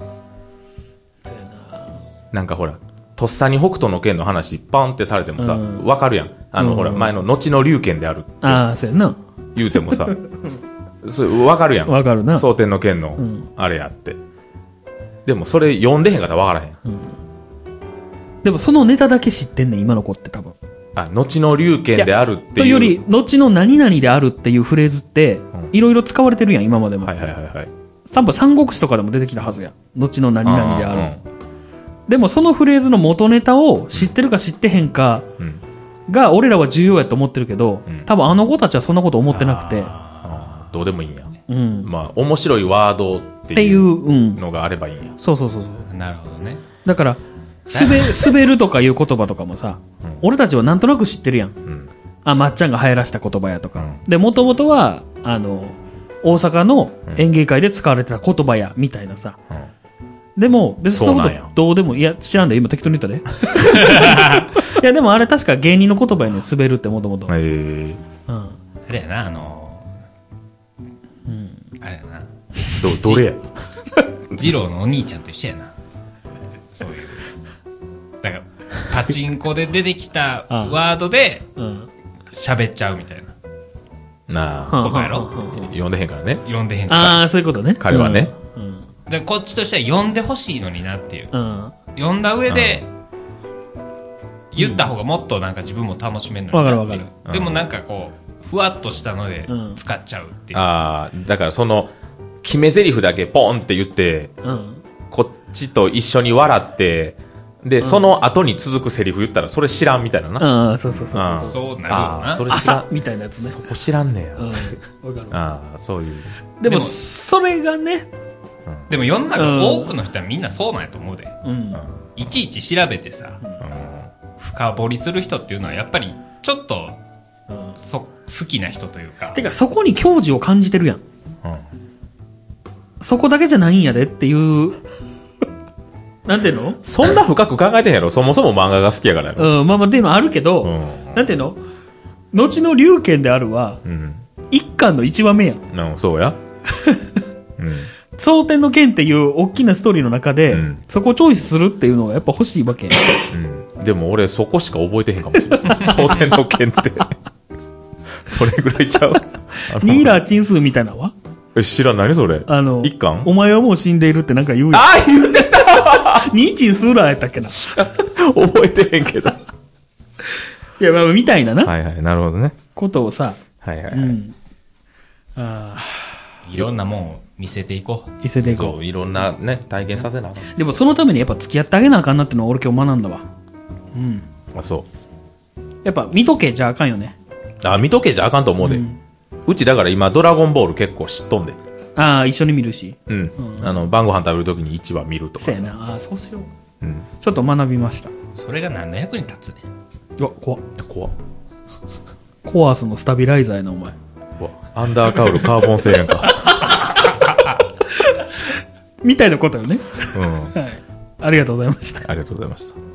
なんかほら、とっさに北斗の剣の話、パンってされてもさ、わかるやん。ほら、前の後の龍剣であるって。 そうやな。 言うてもさ、それわかるやん。 わかるな。 蒼天の剣の、あれやって。でもそれ読んでへんかったらわからへん。 でもそのネタだけ知ってんねん、今の子って多分。 後の龍剣であるっていう。 というより、後の何々であるっていうフレーズって、いろいろ使われてるやん、今までも。多分三国志とかでも出てきたはずやん。後の何々である。でもそのフレーズの元ネタを知ってるか知ってへんかが、俺らは重要やと思ってるけど、多分あの子たちはそんなこと思ってなくて。 どうでもいいんや。まあ、面白いワードっていうのがあればいいんや。 そう。 なるほどね。 だから、滑るとかいう言葉とかもさ、俺たちはなんとなく知ってるやん。まっちゃんが流行らした言葉やとか。で、もともとは、大阪の演芸会で使われてた言葉や、みたいなさ。でも、別にそんなことどうでも、いや、知らんで、今適当に言ったで。いや、でもあれ確か芸人の言葉やねん、滑るってもともと。 あれやな、あれやな。 どれや二郎のお兄ちゃんと一緒やな。 そういう。だから、パチンコで出てきたワードで、喋っちゃうみたいな。 なあ。 ことやろ読んでへんからね。 読んでへんから。 ああ、そういうことね。 彼はね。 でこっちとしては読んでほしいのになっていう。読んだ上で、言った方がもっとなんか自分も楽しめるのになっていう。わかる。でもなんかこう、ふわっとしたので使っちゃうっていう。 ああ、だからその、決め台詞だけポンって言って、こっちと一緒に笑って、で、その後に続くセリフ言ったら、それ知らんみたいなな。 ああ、そうそうそう。 そうなるよな。 それ知らん。 みたいなやつね。 そこ知らんねや。 わかる。 ああ、そういう。 でも、それがね。 でも世の中多くの人はみんなそうなんやと思うで。いちいち調べてさ、深掘りする人っていうのはやっぱり、ちょっと、好きな人というか。 てか、そこに矜持を感じてるやん。そこだけじゃないんやでっていう、なんていうの？ そんな深く考えてんやろ。そもそも漫画が好きやからやろ。 まあまあ、でもあるけど、なんていうの？後の龍拳であるは、一巻の一話目やん。 そうや。 蒼天の剣っていう大きなストーリーの中で、そこをチョイスするっていうのがやっぱ欲しいわけ。 でも俺そこしか覚えてへんかもしれない。蒼天の剣って。それぐらいちゃう。 ニーラーチンスーみたいなのは？ 知らん、何それ？一巻？ お前はもう死んでいるってなんか言うよ。 ああ、言うてたわニーチンスーラーやったっけな。 覚えてへんけど。 いや、まあ、みたいなな。 はいはい、なるほどね。 ことをさ。 はいはいはい。 いろんなもんを見せていこう。 見せていこう。 そう、いろんなね、体験させなあかん。 でもそのためにやっぱ付き合ってあげなあかんなってのは俺今日学んだわ。 あ、そう。 やっぱ見とけじゃあかんよね。 見とけじゃあかんと思うで。うちだから今ドラゴンボール結構知っとんで。 一緒に見るし。 晩ご飯食べるときに1話見るとか。 そうやな。そうしよう。ちょっと学びました。 それが何の役に立つね。 うわ、怖っ。コアスのスタビライザーやな、お前。 アンダーカウルカーボン製やんか。 みたいなことよね。はい。ありがとうございました。 ありがとうございました。